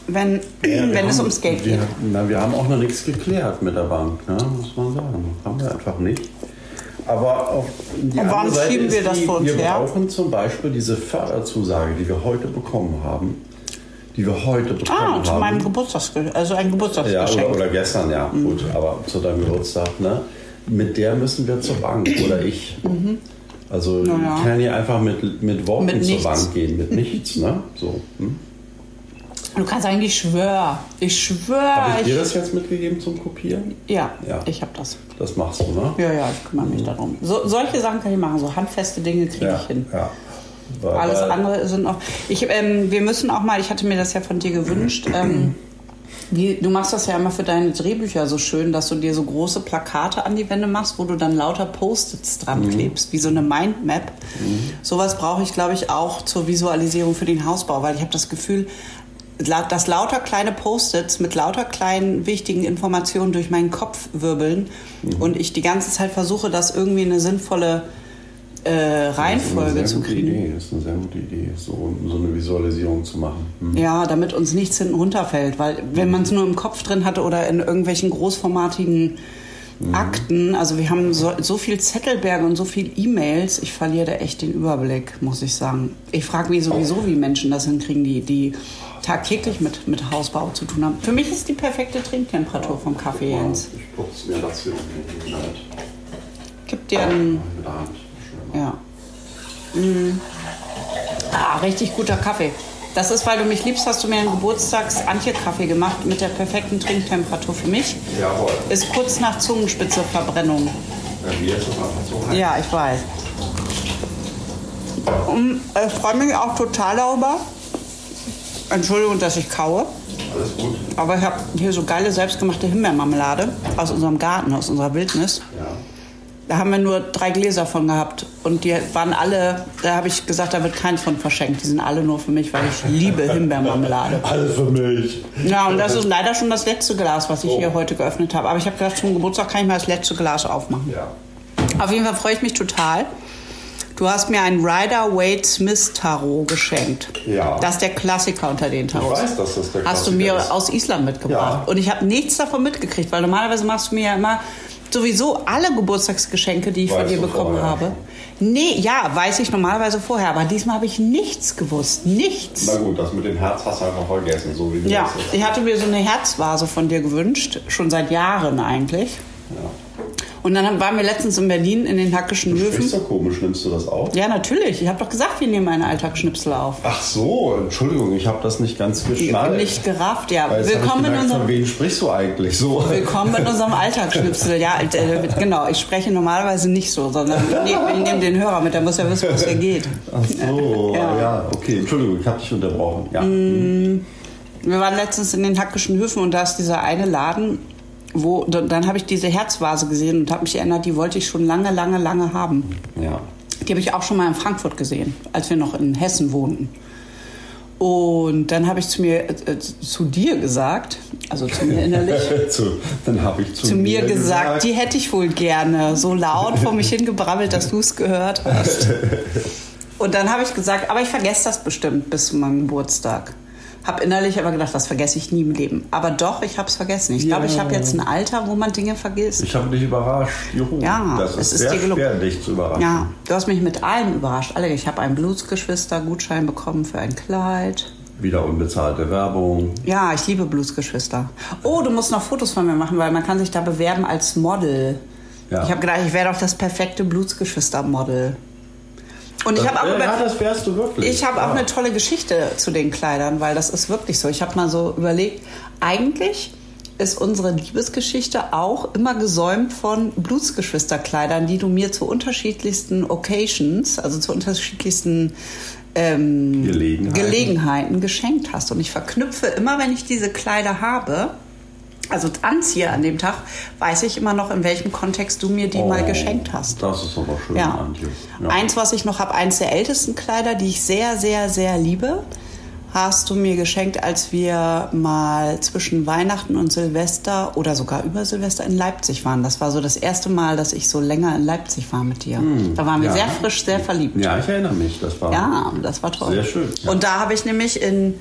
wenn, ja, wenn haben, es ums Geld geht. Wir, na, wir haben auch noch nichts geklärt mit der Bank, ne? Muss man sagen. Haben wir einfach nicht. Aber auf die Und warum andere Seite schieben wir ist das die, vor uns wir her? brauchen zum Beispiel diese Förderzusage, die wir heute bekommen haben, die wir heute bekommen Ah, haben. zu meinem Geburtstagsgeschenk, also ein Ja, Geburtstagsgeschenk. oder, oder gestern, ja, mhm. gut, aber zu deinem Geburtstag, ne? Mit der müssen wir zur Bank, oder ich. Mhm. Also ja. ich kann hier einfach mit, mit Worten mit zur nichts. Bank gehen, mit nichts, ne? So. Hm? Du kannst sagen, ich schwöre. Ich schwöre. Habe ich dir das jetzt mitgegeben zum Kopieren? Ja, ja. ich habe das. Das machst du, ne? Ja, ja, ich kümmere mich mhm. darum. So, solche Sachen kann ich machen, so handfeste Dinge kriege ja, ich hin. Ja. Weil, Alles weil, andere sind auch... Ich, ähm, wir müssen auch mal, ich hatte mir das ja von dir gewünscht, ähm, wie, du machst das ja immer für deine Drehbücher so schön, dass du dir so große Plakate an die Wände machst, wo du dann lauter Post-its dran mhm. klebst, wie so eine Mindmap. Mhm. Sowas brauche ich, glaube ich, auch zur Visualisierung für den Hausbau, weil ich habe das Gefühl, dass lauter kleine Post-its mit lauter kleinen wichtigen Informationen durch meinen Kopf wirbeln mhm. und ich die ganze Zeit versuche, das irgendwie eine sinnvolle äh, Reihenfolge zu kriegen. Idee. Das ist eine sehr gute Idee, so, so eine Visualisierung zu machen. Mhm. Ja, damit uns nichts hinten runterfällt, weil wenn man es nur im Kopf drin hatte oder in irgendwelchen großformatigen mhm. Akten, also wir haben so, so viel Zettelberge und so viel E-Mails, ich verliere da echt den Überblick, muss ich sagen. Ich frage mich sowieso, wie Menschen das hinkriegen, die, die tagtäglich mit, mit Hausbau zu tun haben. Für mich ist die perfekte Trinktemperatur vom Kaffee, Jens. Ich putze mir das hier um den Hand. Gib dir einen... Ja. Mm. Ah, richtig guter Kaffee. Das ist, weil du mich liebst, hast du mir einen Geburtstags-Antje-Kaffee gemacht mit der perfekten Trinktemperatur für mich. Jawohl. Ist kurz nach Zungenspitze-Verbrennung. Ja, mir ist das einfach so heiß. Ja, ich weiß. Und ich freue mich auch total darüber. Entschuldigung, dass ich kaue. Alles gut. Aber ich habe hier so geile selbstgemachte Himbeermarmelade aus unserem Garten, aus unserer Wildnis. Ja. Da haben wir nur drei Gläser von gehabt. Und die waren alle, da habe ich gesagt, da wird keins von verschenkt. Die sind alle nur für mich, weil ich liebe Himbeermarmelade. Alle für mich. Ja, und das ist leider schon das letzte Glas, was ich oh. hier heute geöffnet habe. Aber ich habe gedacht, zum Geburtstag kann ich mal das letzte Glas aufmachen. Ja. Auf jeden Fall freue ich mich total. Du hast mir ein Rider-Waite-Smith-Tarot geschenkt. Ja. Das ist der Klassiker unter den Tarots. Ich weiß, dass das der Klassiker Hast du mir ist. aus Island mitgebracht. Ja. Und ich habe nichts davon mitgekriegt, weil normalerweise machst du mir ja immer sowieso alle Geburtstagsgeschenke, die ich Weißt von dir du bekommen vorher habe. schon? Nee, ja, weiß ich normalerweise vorher. Aber diesmal habe ich nichts gewusst. Nichts. Na gut, das mit dem Herz hast du einfach vergessen. So wie Ja, das ich hatte mir so eine Herzvase von dir gewünscht. Schon seit Jahren eigentlich. Ja. Und dann waren wir letztens in Berlin in den Hackischen Du Höfen. sprichst doch komisch, nimmst du das auf? Ja, natürlich. Ich habe doch gesagt, wir nehmen eine Alltagsschnipsel auf. Ach so, Entschuldigung, ich habe das nicht ganz geschnallt. Nicht gerafft, ja. Weil jetzt Willkommen hab ich in gemerkt, unserem von wem sprichst du eigentlich so? Willkommen in unserem Alltagsschnipsel. Ja, äh, genau. Ich spreche normalerweise nicht so, sondern ich nehme nehm den Hörer mit. Der muss ja wissen, wo es hier geht. Ach so, Ja. ja, okay. Entschuldigung, ich habe dich unterbrochen. Ja. Mm, wir waren letztens in den Hackischen Höfen und da ist dieser eine Laden, wo dann habe ich diese Herzvase gesehen und habe mich erinnert, die wollte ich schon lange, lange, lange haben. Ja. Die habe ich auch schon mal in Frankfurt gesehen, als wir noch in Hessen wohnten. Und dann habe ich zu mir, äh, zu dir gesagt, also zu mir innerlich, zu, dann habe ich zu, zu mir mir gesagt, gesagt, die hätte ich wohl gerne, so laut vor mich hingebrabbelt, dass du es gehört hast. Und dann habe ich gesagt, aber ich vergesse das bestimmt bis zu meinem Geburtstag. Habe innerlich aber gedacht, das vergesse ich nie im Leben. Aber doch, ich habe es vergessen. Ich Ja. glaube, ich habe jetzt ein Alter, wo man Dinge vergisst. Ich habe dich überrascht. Juhu. Ja, das ist, es ist sehr dir gelungen. schwer, dich zu überraschen. Ja, du hast mich mit allem überrascht. Alle, ich habe einen Bluesgeschwister-Gutschein bekommen für ein Kleid. Wieder unbezahlte Werbung. Ja, ich liebe Bluesgeschwister. Oh, du musst noch Fotos von mir machen, weil man kann sich da bewerben als Model. Ja. Ich habe gedacht, ich wäre doch das perfekte Bluesgeschwister-Model. Und ich habe auch ja, über, ja, das wärst du wirklich. ich habe ja. auch eine tolle Geschichte zu den Kleidern, weil das ist wirklich so. Ich habe mal so überlegt, eigentlich ist unsere Liebesgeschichte auch immer gesäumt von Blutsgeschwisterkleidern, die du mir zu unterschiedlichsten Occasions, also zu unterschiedlichsten ähm, Gelegenheiten. Gelegenheiten geschenkt hast. Und ich verknüpfe immer, wenn ich diese Kleider habe, also anziehe an dem Tag, weiß ich immer noch, in welchem Kontext du mir die Oh, mal geschenkt hast. Das ist aber schön, Ja. Antje. Ja. Eins, was ich noch habe, eins der ältesten Kleider, die ich sehr, sehr, sehr liebe, hast du mir geschenkt, als wir mal zwischen Weihnachten und Silvester oder sogar über Silvester in Leipzig waren. Das war so das erste Mal, dass ich so länger in Leipzig war mit dir. Hm, Da waren wir ja. sehr frisch, sehr verliebt. Ja, ich erinnere mich. Das war Ja, das war toll. sehr schön. Ja. Und da habe ich nämlich in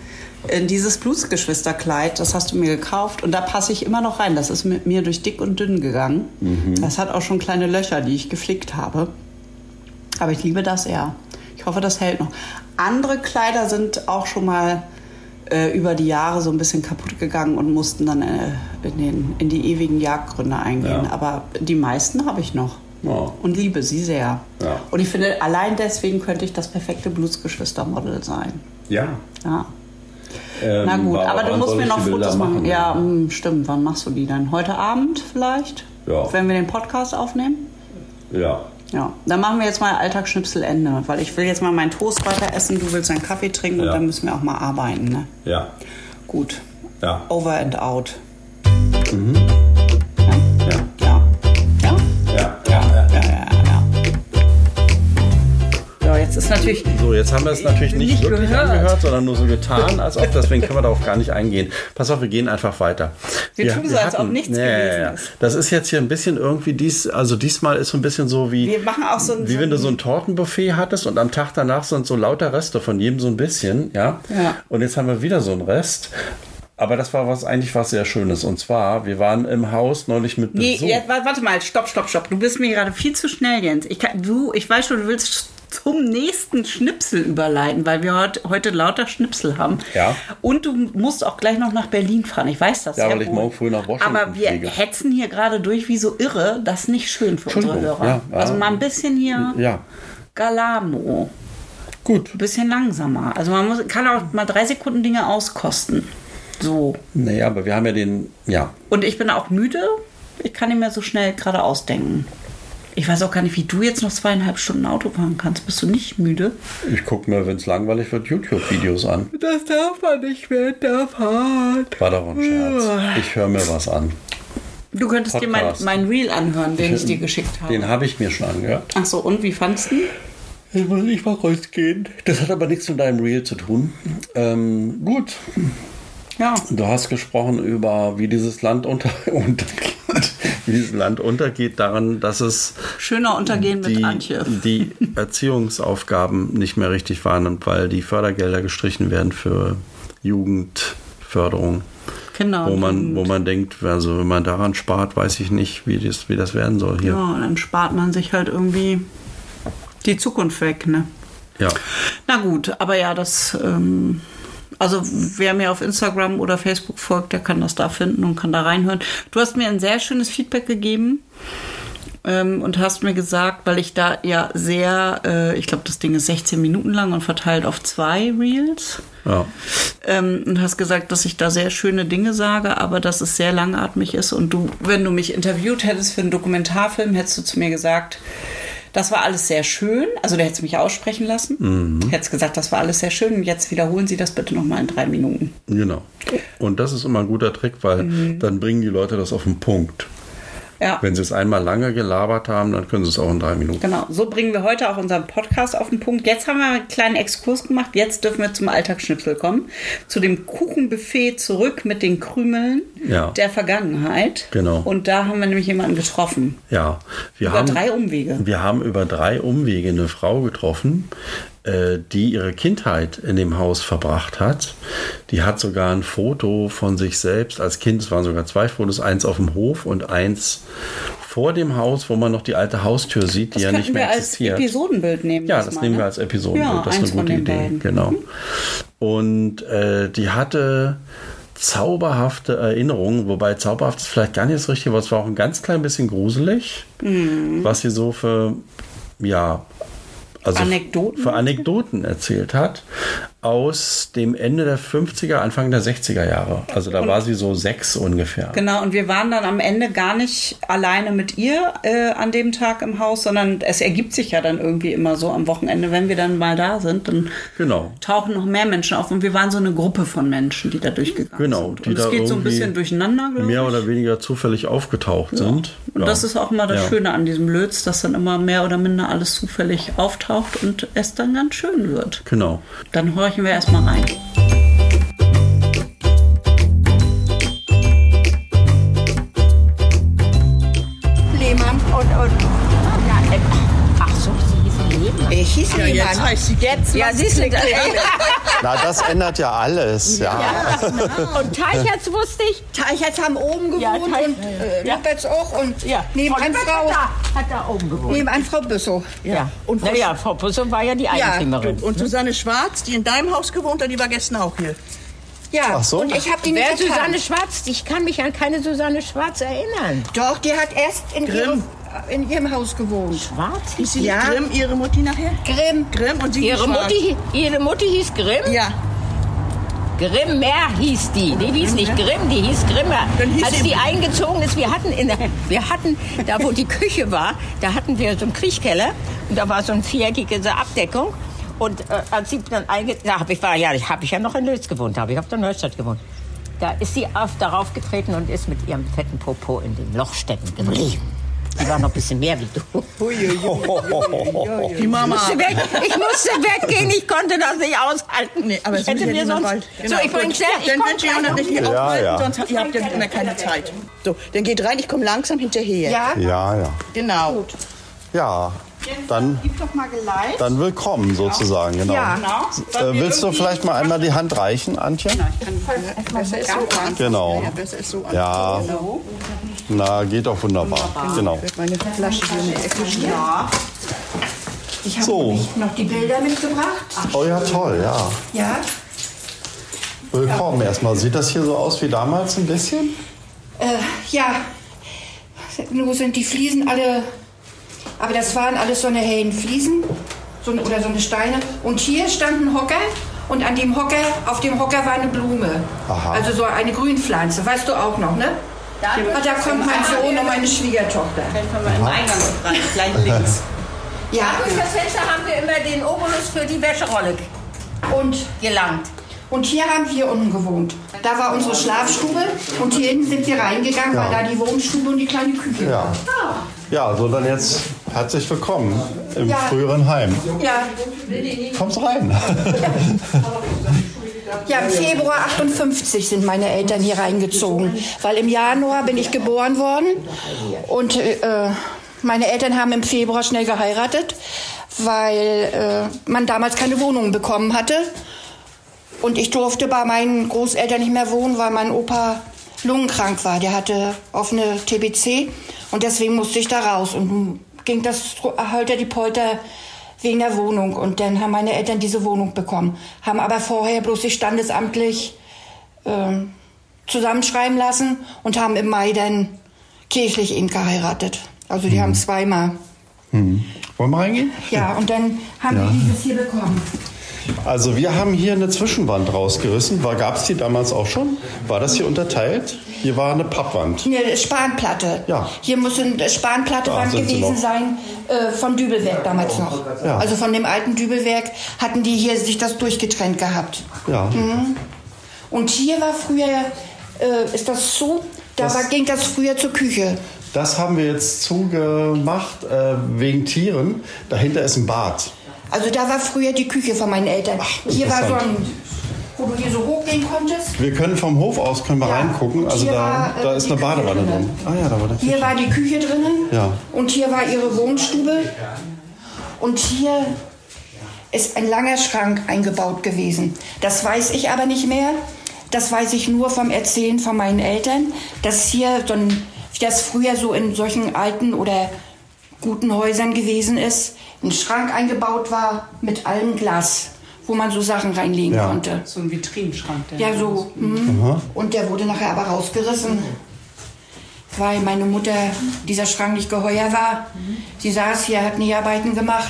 in dieses Blutsgeschwisterkleid, das hast du mir gekauft und da passe ich immer noch rein. Das ist mit mir durch dick und dünn gegangen. Mhm. Das hat auch schon kleine Löcher, die ich geflickt habe. Aber ich liebe das eher. Ich hoffe, das hält noch. Andere Kleider sind auch schon mal äh, über die Jahre so ein bisschen kaputt gegangen und mussten dann äh, in, den, in die ewigen Jagdgründe eingehen. Ja. Aber die meisten habe ich noch. Oh. Und liebe sie sehr. Ja. Und ich finde, allein deswegen könnte ich das perfekte Blutsgeschwistermodel sein. Ja. Ja. Ähm, Na gut, aber du musst mir noch Fotos machen. machen. Ja, ja, stimmt. Wann machst du die dann? Heute Abend vielleicht? Ja. Wenn wir den Podcast aufnehmen? Ja. Ja, dann machen wir jetzt mal Alltagsschnipselende, weil ich will jetzt mal meinen Toast weiter essen, du willst einen Kaffee trinken ja. und dann müssen wir auch mal arbeiten, ne? Ja. Gut. Ja. Over and out. Mhm. Ja? Ja. Ja. Ja? Ja. Ja, ja, ja, ja. Ja, jetzt ist natürlich... So, jetzt haben wir es natürlich nicht, nicht wirklich gehört. angehört, sondern nur so getan, als ob, deswegen können wir darauf gar nicht eingehen. Pass auf, wir gehen einfach weiter. Wir, wir tun so, als ob nichts nee, gewesen ist. Das ist jetzt hier ein bisschen irgendwie dies, also diesmal ist so ein bisschen so wie, wir machen auch so ein, wie so wenn du so ein Tortenbuffet hattest und am Tag danach sind so lauter Reste von jedem so ein bisschen, ja. ja. Und jetzt haben wir wieder so einen Rest. Aber das war was eigentlich was sehr Schönes. Und zwar, wir waren im Haus neulich mit Besuch. Nee, jetzt, warte mal, stopp, stopp, stopp. Du bist mir gerade viel zu schnell, Jens. Ich, kann, du, ich weiß schon, du willst zum nächsten Schnipsel überleiten, weil wir heute, heute lauter Schnipsel haben. Ja. Und du musst auch gleich noch nach Berlin fahren. Ich weiß das ja. Ja, weil wohl. ich morgen früh nach Washington Aber wir fliege. hetzen hier gerade durch wie so irre. Das ist nicht schön für unsere Hörer. Ja, ja. Also mal ein bisschen hier ja. Galamo. Gut. Ein bisschen langsamer. Also man muss, kann auch mal drei Sekunden Dinge auskosten. So. Naja, aber wir haben ja den, ja. Und ich bin auch müde. Ich kann nicht mehr so schnell gerade ausdenken. Ich weiß auch gar nicht, wie du jetzt noch zweieinhalb Stunden Auto fahren kannst. Bist du nicht müde? Ich gucke mir, wenn es langweilig wird, YouTube-Videos an. Das darf man nicht während der Fahrt. War doch ein Scherz. Ich höre mir was an. Du könntest Podcast. dir mein, mein Reel anhören, den ich, ich dir geschickt habe. Den habe ich mir schon angehört. Ach so, und wie fandst du? Jetzt muss ich mal rausgehen. Das hat aber nichts mit deinem Reel zu tun. Ähm, gut. Ja. Du hast gesprochen über, wie dieses Land unter, untergeht. Wie dieses Land untergeht daran, dass es schöner untergehen die, mit Antje. Die Erziehungsaufgaben nicht mehr richtig wahrnimmt, weil die Fördergelder gestrichen werden für Jugendförderung. Genau. Wo man, wo man denkt, also wenn man daran spart, weiß ich nicht, wie das, wie das werden soll hier. Ja, dann spart man sich halt irgendwie die Zukunft weg, ne? Ja. Na gut, aber ja, das... Ähm Also wer mir auf Instagram oder Facebook folgt, der kann das da finden und kann da reinhören. Du hast mir ein sehr schönes Feedback gegeben ähm, und hast mir gesagt, weil ich da ja sehr, äh, ich glaube das Ding ist sechzehn Minuten lang und verteilt auf zwei Reels. Ja. Ähm, und hast gesagt, dass ich da sehr schöne Dinge sage, aber dass es sehr langatmig ist. Und du, wenn du mich interviewt hättest für einen Dokumentarfilm, hättest du zu mir gesagt, das war alles sehr schön. Also der hätte es mich aussprechen lassen. Mhm. Hätte gesagt, das war alles sehr schön. Und jetzt wiederholen Sie das bitte nochmal in drei Minuten. Genau. Und das ist immer ein guter Trick, weil mhm. dann bringen die Leute das auf den Punkt. Ja. Wenn sie es einmal lange gelabert haben, dann können sie es auch in drei Minuten. Genau, so bringen wir heute auch unseren Podcast auf den Punkt. Jetzt haben wir einen kleinen Exkurs gemacht. Jetzt dürfen wir zum Alltagsschnipsel kommen. Zu dem Kuchenbuffet zurück mit den Krümeln ja. der Vergangenheit. Genau. Und da haben wir nämlich jemanden getroffen. Ja. Wir über haben, drei Umwege. Wir haben über drei Umwege eine Frau getroffen, die ihre Kindheit in dem Haus verbracht hat. Die hat sogar ein Foto von sich selbst als Kind, es waren sogar zwei Fotos, eins auf dem Hof und eins vor dem Haus, wo man noch die alte Haustür sieht, die das ja nicht mehr existiert. Das könnten wir als Episodenbild nehmen. Ja, das mal, nehmen ne? wir als Episodenbild. Ja, das ist eine gute Idee. Beiden. Genau. Mhm. Und äh, die hatte zauberhafte Erinnerungen, wobei zauberhaft ist vielleicht gar nicht das Richtige, aber es war auch ein ganz klein bisschen gruselig, mhm. was sie so für, ja, also Anekdoten? für Anekdoten erzählt hat aus dem Ende der fünfziger, Anfang der sechziger Jahre. Also da und war sie so sechs ungefähr. Genau, und wir waren dann am Ende gar nicht alleine mit ihr äh, an dem Tag im Haus, sondern es ergibt sich ja dann irgendwie immer so am Wochenende, wenn wir dann mal da sind, dann genau. tauchen noch mehr Menschen auf und wir waren so eine Gruppe von Menschen, die da durchgegangen genau, sind. Die und es geht so ein bisschen durcheinander, glaube ich. Mehr oder weniger zufällig aufgetaucht ja. sind. Und ja. das ist auch immer das ja. Schöne an diesem Lötz, dass dann immer mehr oder minder alles zufällig auftaucht und es dann ganz schön wird. Genau. Dann horchen wir erstmal rein. Lehmann und, und ja, ach so, Sie hießen Lehmann. nicht. Hieß Ja, niemand. jetzt heißt sie Jetzt, ja, siehst du das? Na, das ändert ja alles. Ja. Ja. Und Teicherts wusste ich. Teicherts haben oben gewohnt Ja, Teich- und äh, ja. Lopetz auch und Ja. nebenan Frau Frau, Lübeck hat da, hat da oben gewohnt. nebenan Frau Büssow. Ja. Und naja, Frau Bussow war ja die Eigentümerin. Und Susanne Schwarz, die in deinem Haus gewohnt hat, die war gestern auch hier. Ja, Ach so. und ich habe die Wer nicht gekannt. Susanne Schwarz? Ich kann mich an keine Susanne Schwarz erinnern. Doch, die hat erst in ihrem, in ihrem Haus gewohnt. Schwarz? Hieß sie Ja. nicht Grimm, ihre Mutti nachher? Grimm. Grimm und sie Ihre Schwarz. Mutti, ihre Mutti hieß Grimm? Ja. Grimmer hieß die. Die hieß nicht Grimm, die hieß Grimmer. Dann hieß Als sie- die eingezogen ist, wir hatten, in der, wir hatten, da wo die Küche war, da hatten wir so einen Kriechkeller und da war so eine viereckige Abdeckung. Und äh, als sie dann eingezogen, da hab ich, war, ja, habe ich ja noch in Lötz gewohnt, habe ich auf der Neustadt gewohnt. Da ist sie auf, darauf getreten und ist mit ihrem fetten Popo in den Loch stecken geblieben. Die war noch ein bisschen mehr wie du. Die Mama. Ich musste weg, ich musste weggehen, ich konnte das nicht aushalten. Nee, aber ich es hätte muss ja mir niemand sonst... bald. So, ich bringe schnell, ich Dann komm wünsche ich auch gleich. noch nicht hier Ja, aufhalten, ja. sonst ihr habt ja immer keine Zeit. So, dann geht rein, ich komme langsam hinterher. Ja, Ja, ja. Genau. Ja, dann, Gib doch mal Geleit. dann willkommen sozusagen. Genau. Ja. Genau. Äh, willst du vielleicht mal einmal die Hand reichen, Antje? Besser ist so an. Genau. Ja, besser ist so an. Ja. Na, geht doch wunderbar. Genau. Meine Flasche hier in der Ecke stehen. ich habe So. noch die Bilder mitgebracht. Oh ja, toll, ja. Ja, Willkommen erstmal. Sieht das hier so aus wie damals ein bisschen? äh, ja. Nur sind die Fliesen alle, aber das waren alles so eine hellen Fliesen so, eine- oder so eine Steine. Und hier stand ein Hocker und an dem Hocker, auf dem Hocker war eine Blume. Aha. Also so eine Grünpflanze, weißt du auch noch, ne? Da, da kommt mein Sohn und meine Schwiegertochter. Vielleicht können wir im Eingangsbereich, gleich links. Ja, Durch das Fenster haben wir immer den Obolus für die Wäscherolle und gelangt. Und hier haben wir unten gewohnt. Da war unsere Schlafstube und hier hinten sind wir reingegangen, weil da die Wohnstube und die kleine Küche Ja. war. Ja, so dann jetzt herzlich willkommen im Ja. früheren Heim. Ja, Kommst rein. ja, im Februar achtundfünfzig sind meine Eltern hier reingezogen, weil im Januar bin ich geboren worden und äh, meine Eltern haben im Februar schnell geheiratet, weil äh, man damals keine Wohnung bekommen hatte. Und ich durfte bei meinen Großeltern nicht mehr wohnen, weil mein Opa lungenkrank war. Der hatte offene T B C und deswegen musste ich da raus. Und nun ging das holter die Polter wegen der Wohnung. Und dann haben meine Eltern diese Wohnung bekommen. Haben aber vorher bloß sich standesamtlich ähm, zusammenschreiben lassen und haben im Mai dann kirchlich eben geheiratet. Also die Mhm. haben zweimal. Hm. Wollen wir reingehen? Ja, und dann haben Ja. wir dieses hier bekommen. Also wir haben hier eine Zwischenwand rausgerissen. Gab es die damals auch schon? War das hier unterteilt? Hier war eine Pappwand. Eine Spanplatte. Ja. Hier muss eine Spanplattewand Da sind sie gewesen noch. sein, äh, von Dübelwerk damals noch. Ja. Also von dem alten Dübelwerk hatten die hier sich das durchgetrennt gehabt. Ja. Und hier war früher, äh, ist das so, da Das- war, ging das früher zur Küche. Das haben wir jetzt zugemacht äh, wegen Tieren. Dahinter ist ein Bad. Also da war früher die Küche von meinen Eltern. Hier war so interessant. ein, wo du hier so hochgehen konntest. Wir können vom Hof aus können wir Ja. reingucken. Und Also hier da, war, äh, da ist die eine Badewanne Küche drin. Ah ja, da war der Hier Tisch. war die Küche drinnen. Ja. Und hier war ihre Wohnstube. Und hier ist ein langer Schrank eingebaut gewesen. Das weiß ich aber nicht mehr. Das weiß ich nur vom Erzählen von meinen Eltern, dass hier so ein, wie das früher so in solchen alten oder guten Häusern gewesen ist, ein Schrank eingebaut war mit allem Glas, wo man so Sachen reinlegen Ja. konnte. So ein Vitrinenschrank. Der Ja, so. Hm. Und der wurde nachher aber rausgerissen, weil meine Mutter dieser Schrank nicht geheuer war. Sie saß hier, hat Näharbeiten gemacht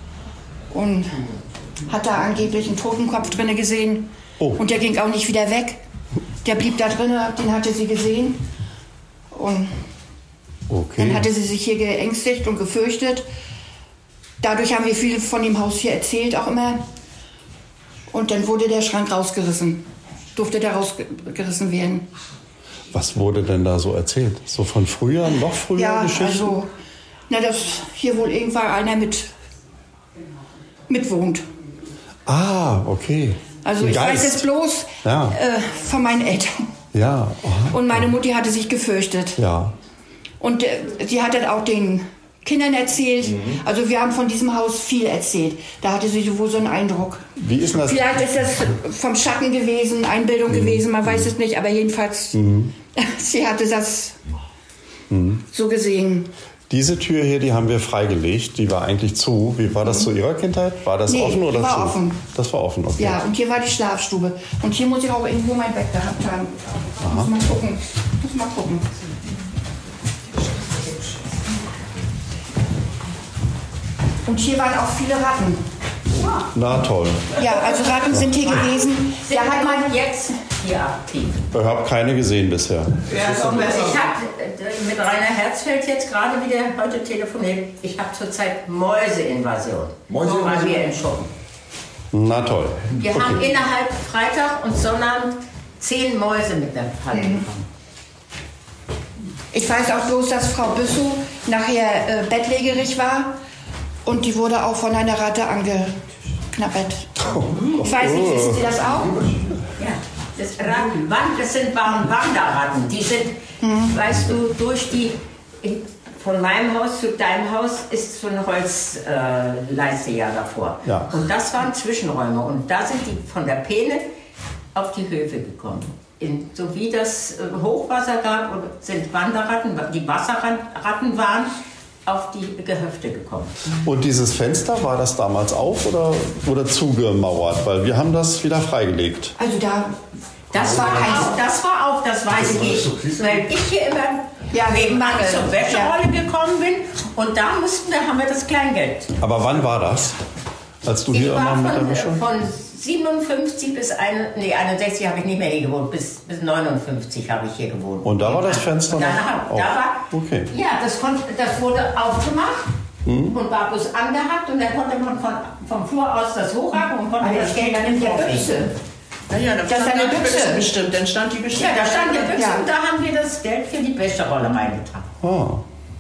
und hat da angeblich einen Totenkopf drinne gesehen. Oh. Und der ging auch nicht wieder weg. Der blieb da drinne, den hatte sie gesehen. Und dann Okay. hatte sie sich hier geängstigt und gefürchtet. Dadurch haben wir viel von dem Haus hier erzählt, auch immer. Und dann wurde der Schrank rausgerissen. Durfte der rausgerissen werden. Was wurde denn da so erzählt? So von früher, noch früher Ja, Geschichten? also, na, dass hier wohl irgendwann einer mit mitwohnt. Ah, okay. Also Ein ich Geist. weiß es bloß Ja. äh, von meinen Eltern. Ja, aha. Und meine Mutti hatte sich gefürchtet. Ja. Und äh, sie hatte auch den Kindern erzählt. Mhm. Also wir haben von diesem Haus viel erzählt. Da hatte sie wohl so einen Eindruck. Wie ist denn das? Vielleicht ist das vom Schatten gewesen, Einbildung mhm. gewesen, man weiß es nicht, aber jedenfalls, mhm. sie hatte das mhm. so gesehen. Diese Tür hier, die haben wir freigelegt, die war eigentlich zu. Wie war das mhm. zu Ihrer Kindheit? War das nee, offen oder die war zu? offen. Das war offen, okay. Ja, und hier war die Schlafstube. Und hier muss ich auch irgendwo mein Bett gehabt haben. Aha. Muss mal gucken. Muss mal gucken. Und hier waren auch viele Ratten. Na toll. Ja, also Ratten sind hier gewesen. Da hat man jetzt hier aktiv. Ich habe keine gesehen bisher. Ja, ich habe mit Rainer Herzfeld jetzt gerade wieder heute telefoniert. Ich habe zurzeit Mäuseinvasion. Mäuseinvasion? Bei mir im Schuppen. Na toll. Wir okay. haben innerhalb Freitag und Sonnabend zehn Mäuse mit der Falle bekommen. Ich weiß auch bloß, dass Frau Büssow nachher äh, bettlägerig war. Und die wurde auch von einer Ratte angeknabbert. Oh, ich weiß nicht, wissen Sie das auch? Ja, das, Ratten, das sind Wanderratten. Die sind, hm. weißt du, durch die, in, von meinem Haus zu deinem Haus ist so eine Holzleiste äh, ja davor. Ja. Und das waren Zwischenräume. Und da sind die von der Peene auf die Höfe gekommen. In, so wie das äh, Hochwasser gab, sind Wanderratten, die Wasserratten waren, auf die Gehöfte gekommen. Und dieses Fenster, war das damals auf oder, oder zugemauert? Weil wir haben das wieder freigelegt. Also da... Das war auf, das war auf, das weiß ich. Weil ich hier immer ja, wegen Mangel zur Wäscherolle ja. gekommen bin und da mussten wir, haben wir das Kleingeld. Aber wann war das? Als du ich hier immer mit der Wäsche? Von siebenundfünfzig bis ein, nee, einundsechzig habe ich nicht mehr hier gewohnt, bis, bis neunundfünfzig habe ich hier gewohnt. Und da war das Fenster noch da, da war, okay. Ja, das, konnte, das wurde aufgemacht hm. und war bloß angehackt und dann konnte man von, vom Flur aus das hochhacken und konnte das Geld dann in der Büchse. Ja, ja, da stand eine Büchse bestimmt, dann stand die bestimmt. Ja, da stand die Büchse ja. und da haben wir das Geld für die Wäscherolle reingetan. Ah.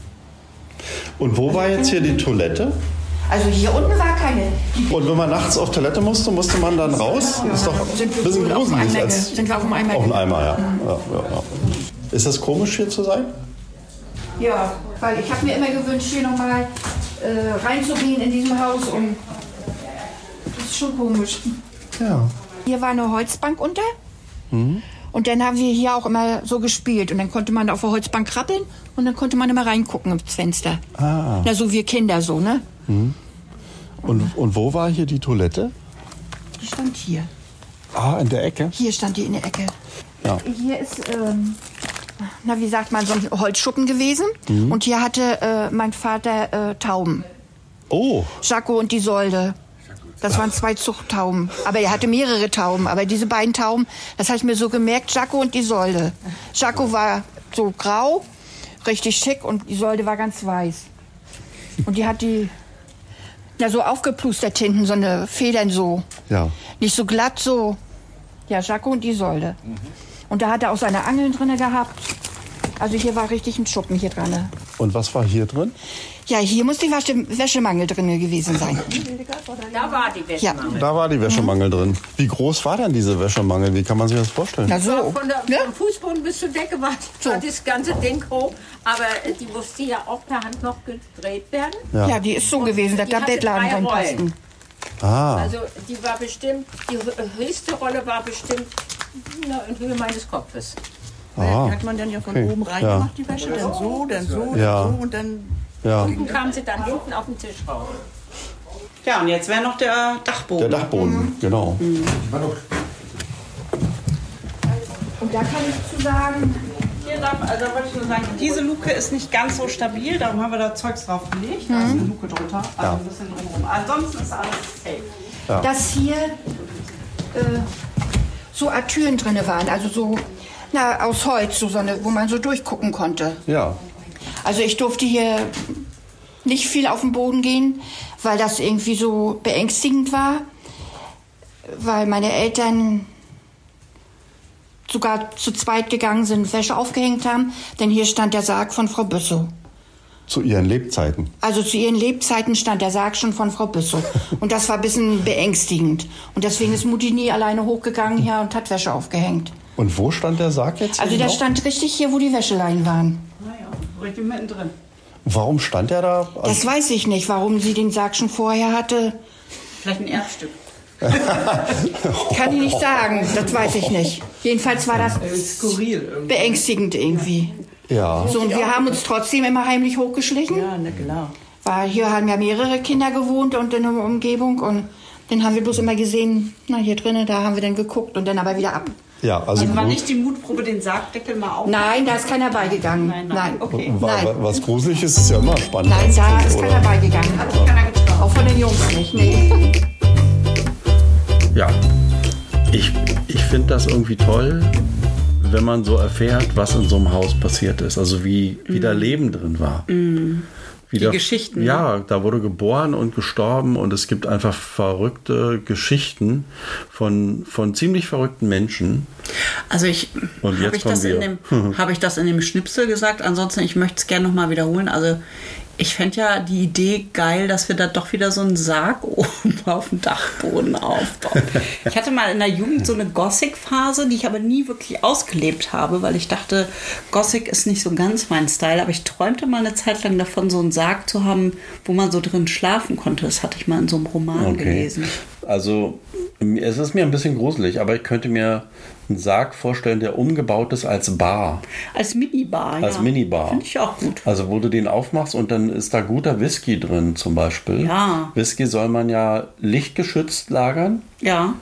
Und wo war jetzt hier die Toilette? Also hier unten war keine. Und wenn man nachts auf Toilette musste, musste man dann raus? Ja. Ist doch ein bisschen gruselig. Als sind wir auf dem Eimer? Auf dem Eimer, ja. Mhm. ja, ja, ja. Ist das komisch, hier zu sein? Ja, weil ich habe mir immer gewünscht, hier nochmal äh, reinzugehen in diesem Haus. Und das ist schon komisch. Ja. Hier war eine Holzbank unter. Mhm. Und dann haben wir hier auch immer so gespielt. Und dann konnte man auf der Holzbank krabbeln und dann konnte man immer reingucken ins Fenster. Ah. Na, so wir Kinder so, ne? Mhm. Und, und wo war hier die Toilette? Die stand hier. Ah, in der Ecke? Hier stand die in der Ecke. Ja. Hier ist, ähm, na wie sagt man, so ein Holzschuppen gewesen. Mhm. Und hier hatte äh, mein Vater äh, Tauben. Oh. Jaco und die Solde. Das waren zwei Zuchttauben. Aber er hatte mehrere Tauben. Aber diese beiden Tauben, das habe ich mir so gemerkt, Jaco und die Solde. Jaco war so grau, richtig schick und die Solde war ganz weiß. Und die hat die, na so aufgeplustert hinten, so eine Federn so. Ja. Nicht so glatt, so. Ja, Jaco und die Solde. Mhm. Und da hat er auch seine Angeln drin gehabt. Also hier war richtig ein Schuppen hier dran. Und was war hier drin? Ja, hier muss die Wäsche, Wäschemangel drin gewesen sein. Da war die Wäschemangel. Ja. Da war die Wäschemangel mhm. drin. Wie groß war denn diese Wäschemangel? Wie kann man sich das vorstellen? Na so. Von der, vom Fußboden bis zur Decke war, so. war das ganze Ding hoch. Aber die musste ja auch per Hand noch gedreht werden. Ja, ja die ist so und gewesen, dass der Bettladen drin passten. Ah. Also die war bestimmt, die höchste Rolle war bestimmt na, in Höhe meines Kopfes. Ah. Die hat man dann ja von okay. oben reingemacht, ja. die Wäsche, dann so, dann so, ja. dann so und dann... Ja. Unten kam sie dann hinten auf den Tisch raus. Ja, und jetzt wäre noch der Dachboden. Der Dachboden, mhm. genau. Mhm. Und da kann ich zu sagen... Hier darf, also wollte ich nur sagen, diese Luke ist nicht ganz so stabil, darum haben wir da Zeugs drauf gelegt. Da ist eine Luke drunter, also ja. ein bisschen drumherum. Ansonsten ist alles safe. Ja. Dass hier äh, so Art Türen drin waren, also so na, aus Holz, so, so eine, wo man so durchgucken konnte. Ja. Also ich durfte hier nicht viel auf den Boden gehen, weil das irgendwie so beängstigend war, weil meine Eltern sogar zu zweit gegangen sind, Wäsche aufgehängt haben, denn hier stand der Sarg von Frau Büssow. Zu ihren Lebzeiten? Also zu ihren Lebzeiten stand der Sarg schon von Frau Büssow. Und das war ein bisschen beängstigend. Und deswegen ist Mutti nie alleine hochgegangen hier und hat Wäsche aufgehängt. Und wo stand der Sarg jetzt? Also der stand richtig hier, wo die Wäscheleien waren. Naja, richtig mittendrin. Warum stand er da? Das weiß ich nicht, warum sie den Sarg schon vorher hatte. Vielleicht ein Erbstück. Kann ich nicht sagen, das weiß ich nicht. Jedenfalls war das beängstigend irgendwie. Ja. So, und wir haben uns trotzdem immer heimlich hochgeschlichen. Ja, na klar. Weil hier haben ja mehrere Kinder gewohnt und in der Umgebung. Und dann haben wir bloß immer gesehen, na hier drinnen, da haben wir dann geguckt und dann aber wieder ab. Ja, also, Also war gut. nicht die Mutprobe, den Sargdeckel mal auf? Nein, da ist keiner beigegangen. Nein, nein. Nein. Okay. Wa- Nein. wa- Was gruselig ist, ist ja immer spannend. Nein, da ist oder? keiner beigegangen. Hat sich keiner getraut. Auch von den Jungs nicht. Nee. Ja, ich, ich finde das irgendwie toll, wenn man so erfährt, was in so einem Haus passiert ist. Also wie, wie da Leben drin war. Mm. Wie Die da, Geschichten. Ja, da wurde geboren und gestorben und es gibt einfach verrückte Geschichten von, von ziemlich verrückten Menschen. Also ich Und jetzt habe ich, kommen das in wir. dem- hab ich das in dem Schnipsel gesagt. Ansonsten, ich möchte es gerne nochmal wiederholen. Also ich fände ja die Idee geil, dass wir da doch wieder so einen Sarg oben auf dem Dachboden aufbauen. Ich hatte mal in der Jugend so eine Gothic-Phase, die ich aber nie wirklich ausgelebt habe, weil ich dachte, Gothic ist nicht so ganz mein Style. Aber ich träumte mal eine Zeit lang davon, so einen Sarg zu haben, wo man so drin schlafen konnte. Das hatte ich mal in so einem Roman gelesen. Also es ist mir ein bisschen gruselig, aber ich könnte mir einen Sarg vorstellen, der umgebaut ist als Bar. Als Minibar, ja. Als Minibar. Finde ich auch gut. Also wo du den aufmachst und dann ist da guter Whisky drin zum Beispiel. Ja. Whisky soll man ja lichtgeschützt lagern. Ja.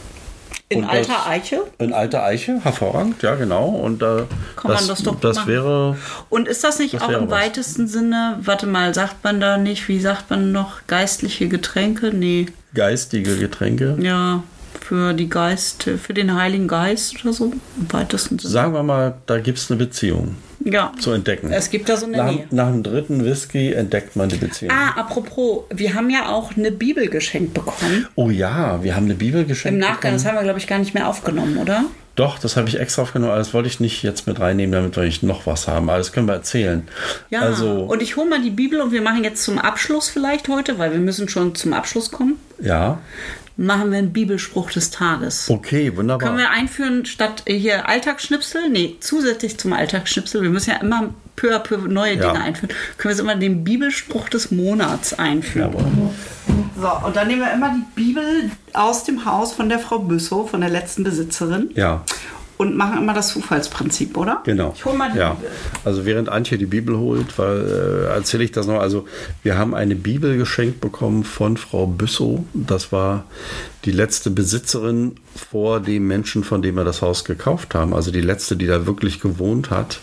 In Und alter das- Eiche. In alter Eiche, hervorragend, ja genau. Und äh, Kann man das, das doch das machen. wäre, Und ist das nicht Das auch wäre im was. weitesten Sinne, warte mal, sagt man da nicht, wie sagt man noch, geistliche Getränke? Nee, geistige Getränke. ja, für die Geist, für den Heiligen Geist oder so, im weitesten Sinne. Sagen wir mal, da gibt es eine Beziehung Ja, zu entdecken. es gibt da so eine nach, Nähe. nach dem dritten Whisky entdeckt man die Beziehung. Ah, apropos, wir haben ja auch eine Bibel geschenkt bekommen. Oh ja, wir haben eine Bibel geschenkt. Im Nachgang, das bekommen. haben wir, glaube ich, gar nicht mehr aufgenommen, oder? Doch, das habe ich extra aufgenommen, aber das wollte ich nicht jetzt mit reinnehmen, damit wir nicht noch was haben. Aber das können wir erzählen. Ja, Also, und ich hole mal die Bibel und wir machen jetzt zum Abschluss vielleicht heute, weil wir müssen schon zum Abschluss kommen, ja, machen wir einen Bibelspruch des Tages. okay, wunderbar. Können wir einführen, statt hier Alltagsschnipsel? Nee, zusätzlich zum Alltagsschnipsel. Wir müssen ja immer peu à peu neue Ja. Dinge einführen. Können wir jetzt immer den Bibelspruch des Monats einführen. So, und dann nehmen wir immer die Bibel aus dem Haus von der Frau Büssow, von der letzten Besitzerin. Ja, Und machen immer das Zufallsprinzip, oder? genau. Ich hole mal die ja. Bibel. Also während Antje die Bibel holt, weil, äh, erzähle ich das noch. Also wir haben eine Bibel geschenkt bekommen von Frau Büssow. Das war die letzte Besitzerin vor dem Menschen, von dem wir das Haus gekauft haben. Also die letzte, die da wirklich gewohnt hat.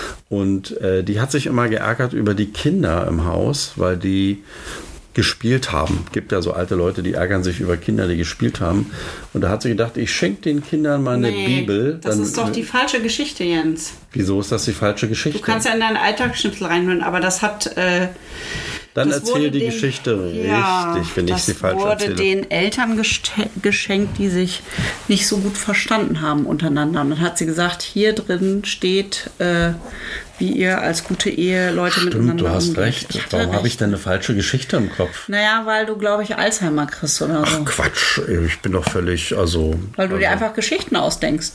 Und äh, die hat sich immer geärgert über die Kinder im Haus, weil die gespielt haben. Gibt ja so alte Leute, die ärgern sich über Kinder, die gespielt haben. Und da hat sie gedacht, ich schenke den Kindern mal eine Nee, Bibel. das Dann- ist doch die falsche Geschichte, Jens. Wieso ist das die falsche Geschichte? Du kannst ja in deinen Alltagsschnipsel reinhören, aber das hat... Äh, Dann das erzähl wurde die den- Geschichte Ja, richtig, wenn ich das sie falsch wurde erzähle. den Eltern geste- geschenkt, die sich nicht so gut verstanden haben untereinander. Und dann hat sie gesagt, hier drin steht, äh, wie ihr als gute Eheleute Stimmt, miteinander du hast umgeht. recht. Ich hatte Warum habe ich recht. denn eine falsche Geschichte im Kopf? Naja, weil du, glaube ich, Alzheimer kriegst oder so. Quatsch, ich bin doch völlig, also... Weil du also, dir einfach Geschichten ausdenkst.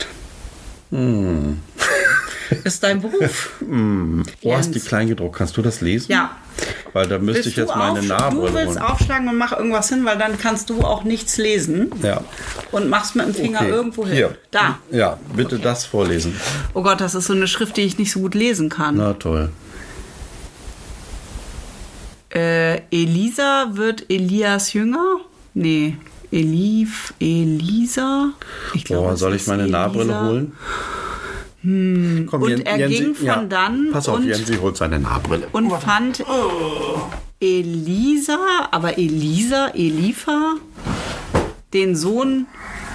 Ist dein Beruf. Oh, hast die Jens. klein gedruckt. Kannst du das lesen? Ja. Weil da müsste Willst ich jetzt du meine aufsch- Nahbrille Du willst holen. aufschlagen und mach irgendwas hin, weil dann kannst du auch nichts lesen. Ja. Und machst mit dem Finger Okay. irgendwo hin. Hier. Da. Ja, bitte das vorlesen. Oh Gott, das ist so eine Schrift, die ich nicht so gut lesen kann. Na toll. Äh, Elisa wird Elias jünger? Nee. Elif, Elisa? Ich glaube, Boah, es soll ich ist meine Elisa. Nahbrille holen? Hm. Komm, Und Jen- er Jensi- ging von dann Pass auf, und- Jensi holt seine Nahbrille. Und fand Elisa, aber Elisa, Elifa, den Sohn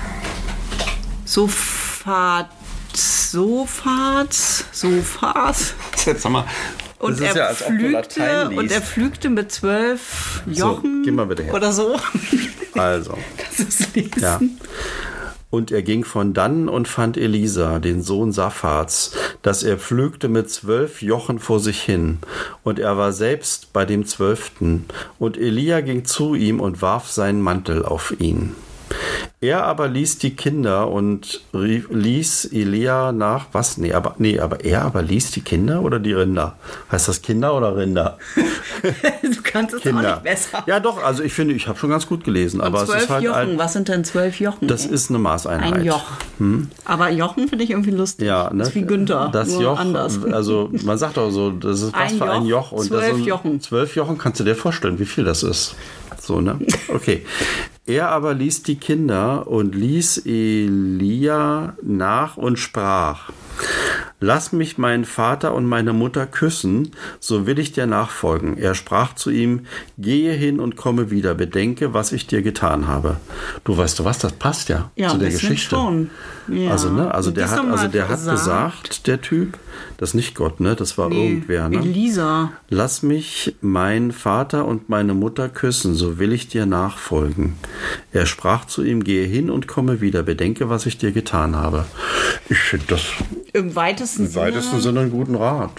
Sophat, Sophat, Sophat. Jetzt sag mal, Und das ist er, ja, als ob du Latein pflügte, liest. und er pflügte mit zwölf Jochen geh mal bitte her. oder so. Also, Kannst du es lesen? ja. Und er ging von dannen und fand Elisa, den Sohn Saphats, dass er pflügte mit zwölf Jochen vor sich hin. Und er war selbst bei dem zwölften. Und Elia ging zu ihm und warf seinen Mantel auf ihn. Er aber ließ die Kinder und rief, ließ Elia nach, was? Nee, aber, nee, aber er aber ließ die Kinder oder die Rinder? Heißt das Kinder oder Rinder? Du kannst es Kinder. auch nicht besser. Ja doch, also ich finde, ich habe schon ganz gut gelesen. Und aber zwölf es ist halt Jochen, ein, was sind denn zwölf Jochen? das ey? ist eine Maßeinheit. Ein Joch. Hm? Aber Jochen finde ich irgendwie lustig. Ja, ne? Das ist wie Günther, Das nur Joch, anders. also man sagt auch so, das ist was Ein für ein Joch, Joch. Und zwölf das sind Jochen. Zwölf Jochen, kannst du dir vorstellen, wie viel das ist. So, ne? Okay. Er aber ließ die Kinder und ließ Elia nach und sprach: Lass mich meinen Vater und meine Mutter küssen, so will ich dir nachfolgen. Er sprach zu ihm: Gehe hin und komme wieder, bedenke, was ich dir getan habe. Du weißt du was, das passt ja, ja zu der ein bisschen Geschichte. Schon. Ja. Also, ne, also der Das hat, doch mal also der hat gesagt. gesagt, der Typ, das ist nicht Gott, ne, das war Nee, irgendwer, ne? Elisa. Lass mich meinen Vater und meine Mutter küssen, so will ich dir nachfolgen. Er sprach zu ihm: Gehe hin und komme wieder, bedenke, was ich dir getan habe. Ich finde das Im weitesten, im weitesten Sinne einen guten Rat.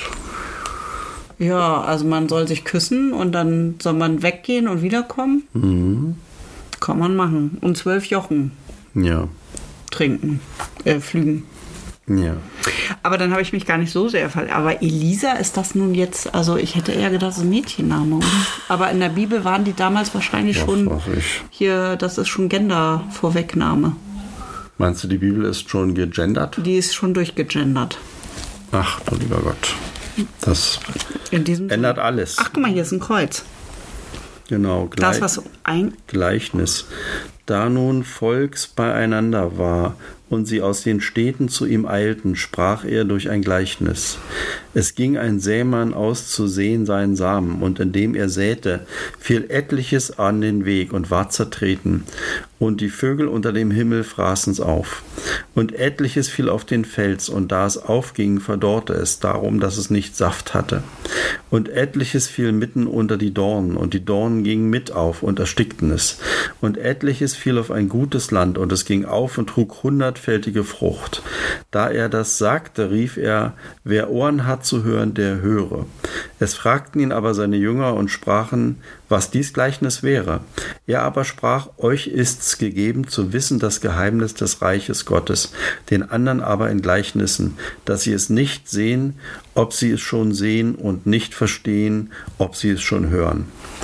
Ja, also man soll sich küssen und dann soll man weggehen und wiederkommen. Mhm. Kann man machen. Und zwölf Jochen Ja, trinken, äh, flügen. ja. Aber dann habe ich mich gar nicht so sehr verletzt. Aber Elisa, ist das nun jetzt, also ich hätte eher gedacht, das ist ein Mädchenname, oder? Aber in der Bibel waren die damals wahrscheinlich Was schon weiß ich. hier, das ist schon Gender-Vorwegnahme. Meinst du, die Bibel ist schon gegendert? Die ist schon durchgegendert. Ach, du lieber Gott. Das In diesem ändert Sinne. alles. Ach, guck mal, hier ist ein Kreuz. Genau, Das, gleich. was ein... Gleichnis. Da nun Volks beieinander war und sie aus den Städten zu ihm eilten, sprach er durch ein Gleichnis. Es ging ein Sämann aus zu säen seinen Samen, und indem er säte, fiel etliches an den Weg und war zertreten, und die Vögel unter dem Himmel fraßen's auf. Und etliches fiel auf den Fels, und da es aufging, verdorrte es, darum, dass es nicht Saft hatte. Und etliches fiel mitten unter die Dornen, und die Dornen gingen mit auf und erstickten es. Und etliches fiel auf ein gutes Land, und es ging auf und trug hundertfältige Frucht. Da er das sagte, rief er: Wer Ohren hat zu hören, der höre. Es fragten ihn aber seine Jünger und sprachen, was dies Gleichnis wäre. Er aber sprach: Euch ist's gegeben zu wissen das Geheimnis des Reiches Gottes, den anderen aber in Gleichnissen, dass sie es nicht sehen, ob sie es schon sehen, und nicht verstehen, ob sie es schon hören.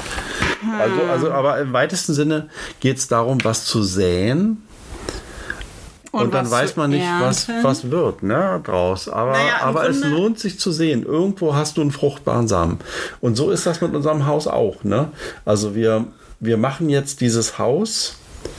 Also, also aber im weitesten Sinne geht es darum, was zu säen. Und, und dann weiß man nicht, was, was wird, ne, draus. Aber, naja, aber es lohnt sich zu sehen. Irgendwo hast du einen fruchtbaren Samen. Und so ist das mit unserem Haus auch, ne? Also wir, wir machen jetzt dieses Haus.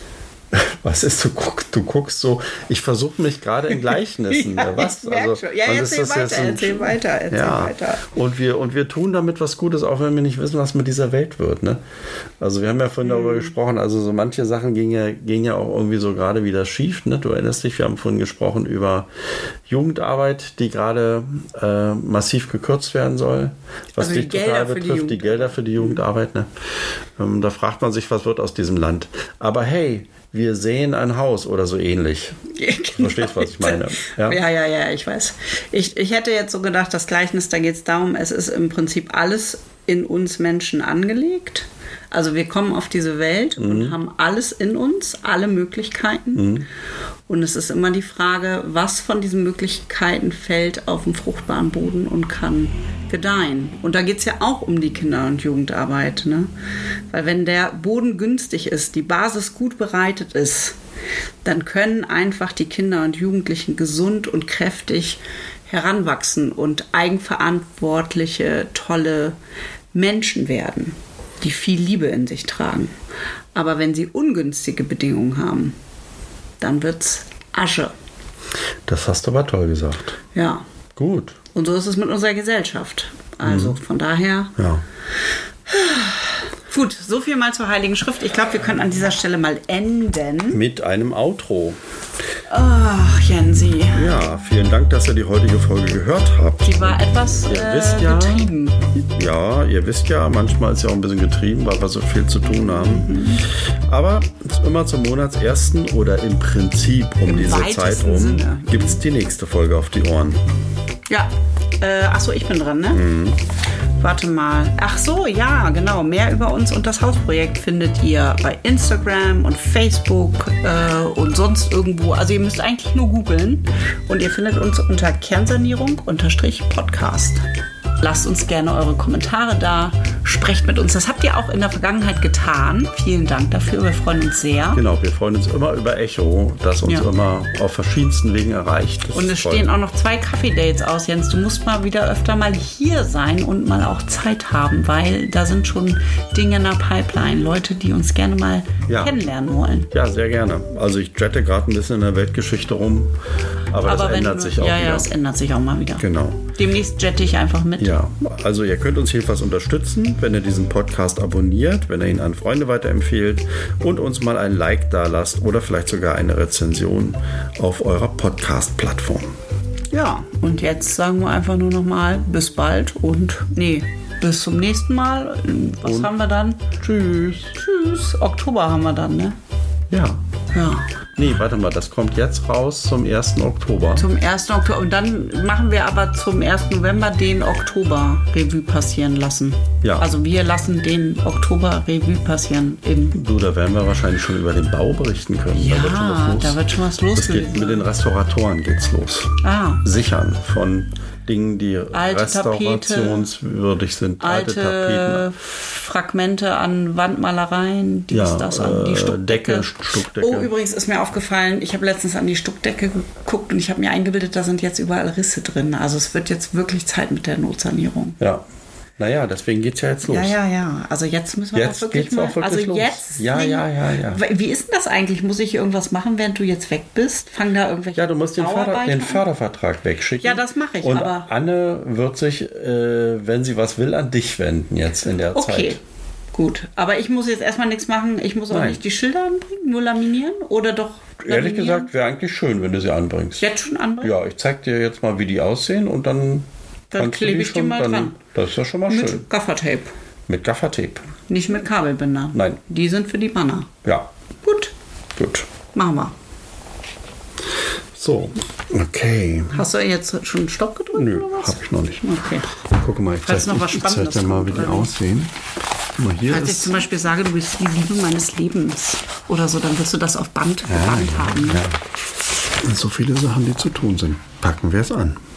Was ist, du guckst, du guckst so, ich versuche mich gerade in Gleichnissen. ja, was? Ich also, schon. Ja, erzähl ist das weiter, jetzt ein, erzähl weiter, erzähl ja. weiter. Und wir, und wir tun damit was Gutes, auch wenn wir nicht wissen, was mit dieser Welt wird. Ne? Also wir haben ja vorhin hm. darüber gesprochen, also so manche Sachen gehen ja, gehen ja auch irgendwie so gerade wieder schief. Ne? Du erinnerst dich, wir haben vorhin gesprochen über Jugendarbeit, die gerade äh, massiv gekürzt werden soll. Was also dich total betrifft, die, die Gelder für die Jugendarbeit. Ne? Ähm, da fragt man sich, was wird aus diesem Land. Aber hey, wir sehen ein Haus oder so ähnlich. Ja, genau. Du verstehst, was ich meine. Ja, ja, ja, ja, ich weiß. Ich, ich hätte jetzt so gedacht, das Gleichnis, da geht es darum, es ist im Prinzip alles in uns Menschen angelegt. Also wir kommen auf diese Welt mhm. und haben alles in uns, alle Möglichkeiten. Mhm. Und es ist immer die Frage, was von diesen Möglichkeiten fällt auf den fruchtbaren Boden und kann gedeihen. Und da geht es ja auch um die Kinder- und Jugendarbeit. Ne? Weil wenn der Boden günstig ist, die Basis gut bereitet ist, dann können einfach die Kinder und Jugendlichen gesund und kräftig heranwachsen und eigenverantwortliche, tolle Menschen werden, die viel Liebe in sich tragen. Aber wenn sie ungünstige Bedingungen haben, dann wird's Asche. Das hast du aber toll gesagt. Ja. Gut. Und so ist es mit unserer Gesellschaft. Also mhm. von daher... Ja. Gut, so viel mal zur Heiligen Schrift. Ich glaube, wir können an dieser Stelle mal enden. Mit einem Outro. Ach, Jensi. Ja, vielen Dank, dass ihr die heutige Folge gehört habt. Die war etwas ihr äh, wisst ja, getrieben. Ja, ihr wisst ja, manchmal ist ja auch ein bisschen getrieben, weil wir so viel zu tun haben. Mhm. Aber immer zum Monatsersten oder im Prinzip um Im diese Zeit rum gibt es die nächste Folge auf die Ohren. Ja, äh, achso, ich bin dran, ne? Mhm. warte mal. Ach so, ja, genau. Mehr über uns und das Hausprojekt findet ihr bei Instagram und Facebook äh, und sonst irgendwo. Also ihr müsst eigentlich nur googeln und ihr findet uns unter Kernsanierung-Podcast. Lasst uns gerne eure Kommentare da. Sprecht mit uns. Das habt ihr auch in der Vergangenheit getan. Vielen Dank dafür. Wir freuen uns sehr. Genau, wir freuen uns immer über Echo, das uns Ja. immer auf verschiedensten Wegen erreicht. Das Und es ist toll. stehen auch noch zwei Kaffee-Dates aus, Jens. Du musst mal wieder öfter mal hier sein und mal auch Zeit haben, weil da sind schon Dinge in der Pipeline. Leute, die uns gerne mal Ja. kennenlernen wollen. Ja, sehr gerne. Also ich jette gerade ein bisschen in der Weltgeschichte rum, aber, das wenn ändert du, sich auch ja, wieder. Ja, das ändert sich auch mal wieder. Genau. Demnächst jette ich einfach mit. Ja, also ihr könnt uns jedenfalls unterstützen, wenn ihr diesen Podcast abonniert, wenn ihr ihn an Freunde weiterempfehlt und uns mal ein Like da lasst oder vielleicht sogar eine Rezension auf eurer Podcast-Plattform. Ja, und jetzt sagen wir einfach nur noch mal bis bald und nee, bis zum nächsten Mal. Was Und haben wir dann? Tschüss. Tschüss. Oktober haben wir dann, ne? Ja. Ja. Nee, warte mal, das kommt jetzt raus zum ersten Oktober. Zum ersten Oktober. Und dann machen wir aber zum ersten November den Oktober-Revue passieren lassen. Ja. Also wir lassen den Oktober-Revue passieren. Im Du, da werden wir wahrscheinlich schon über den Bau berichten können. ja, da wird schon was los. da wird schon was los Das geht gewesen mit den sein. Restauratoren geht's los. Ah, Sichern von Dingen, die Alte restaurationswürdig sind. Alte, alte Fragmente an Wandmalereien, dies, Ja, das an die äh, Stuckdecke. Decke, Stuckdecke. Oh, übrigens ist mir aufgefallen, ich habe letztens an die Stuckdecke geguckt und ich habe mir eingebildet, da sind jetzt überall Risse drin. Also es wird jetzt wirklich Zeit mit der Notsanierung. Ja. Naja, deswegen geht's ja jetzt los. Ja, ja, ja. Also jetzt müssen wir Jetzt auch wirklich geht's mal. auch wirklich also los. jetzt. Ja, nicht- ja, ja, ja. Wie ist denn das eigentlich? Muss ich irgendwas machen, während du jetzt weg bist? Fangen da irgendwelche Ja, du musst den, Förder, Bauarbeiter den an? Fördervertrag wegschicken. Ja, das mache ich, Und aber- Anne wird sich, äh, wenn sie was will, an dich wenden jetzt in der Okay. Zeit. Gut, aber ich muss jetzt erstmal nichts machen. Ich muss auch Nein. nicht die Schilder anbringen, nur laminieren oder doch Ehrlich laminieren? gesagt, wäre eigentlich schön, wenn du sie anbringst. Jetzt schon anbringen? Ja, ich zeig dir jetzt mal, wie die aussehen und dann, Dann kannst du klebe die ich die schon mal dann, dran. Das ist ja schon mal schön. Mit Gaffertape, Mit Gaffertape. nicht mit Kabelbinder. Nein. Die sind für die Banner. Ja, Gut, gut. machen wir. So, okay. Hast du jetzt schon einen Stopp gedrückt Nö, oder was? habe ich noch nicht. Okay. Guck mal, ich Falls zeig, noch was ich, ich zeig Spannendes dir mal, wie kommt, die oder wie? aussehen. Guck mal, hier Falls ich ist... zum Beispiel sage, du bist die Liebe meines Lebens oder so, dann wirst du das auf Band gebannt haben. Ne? So viele Sachen, die zu tun sind. Packen wir es an.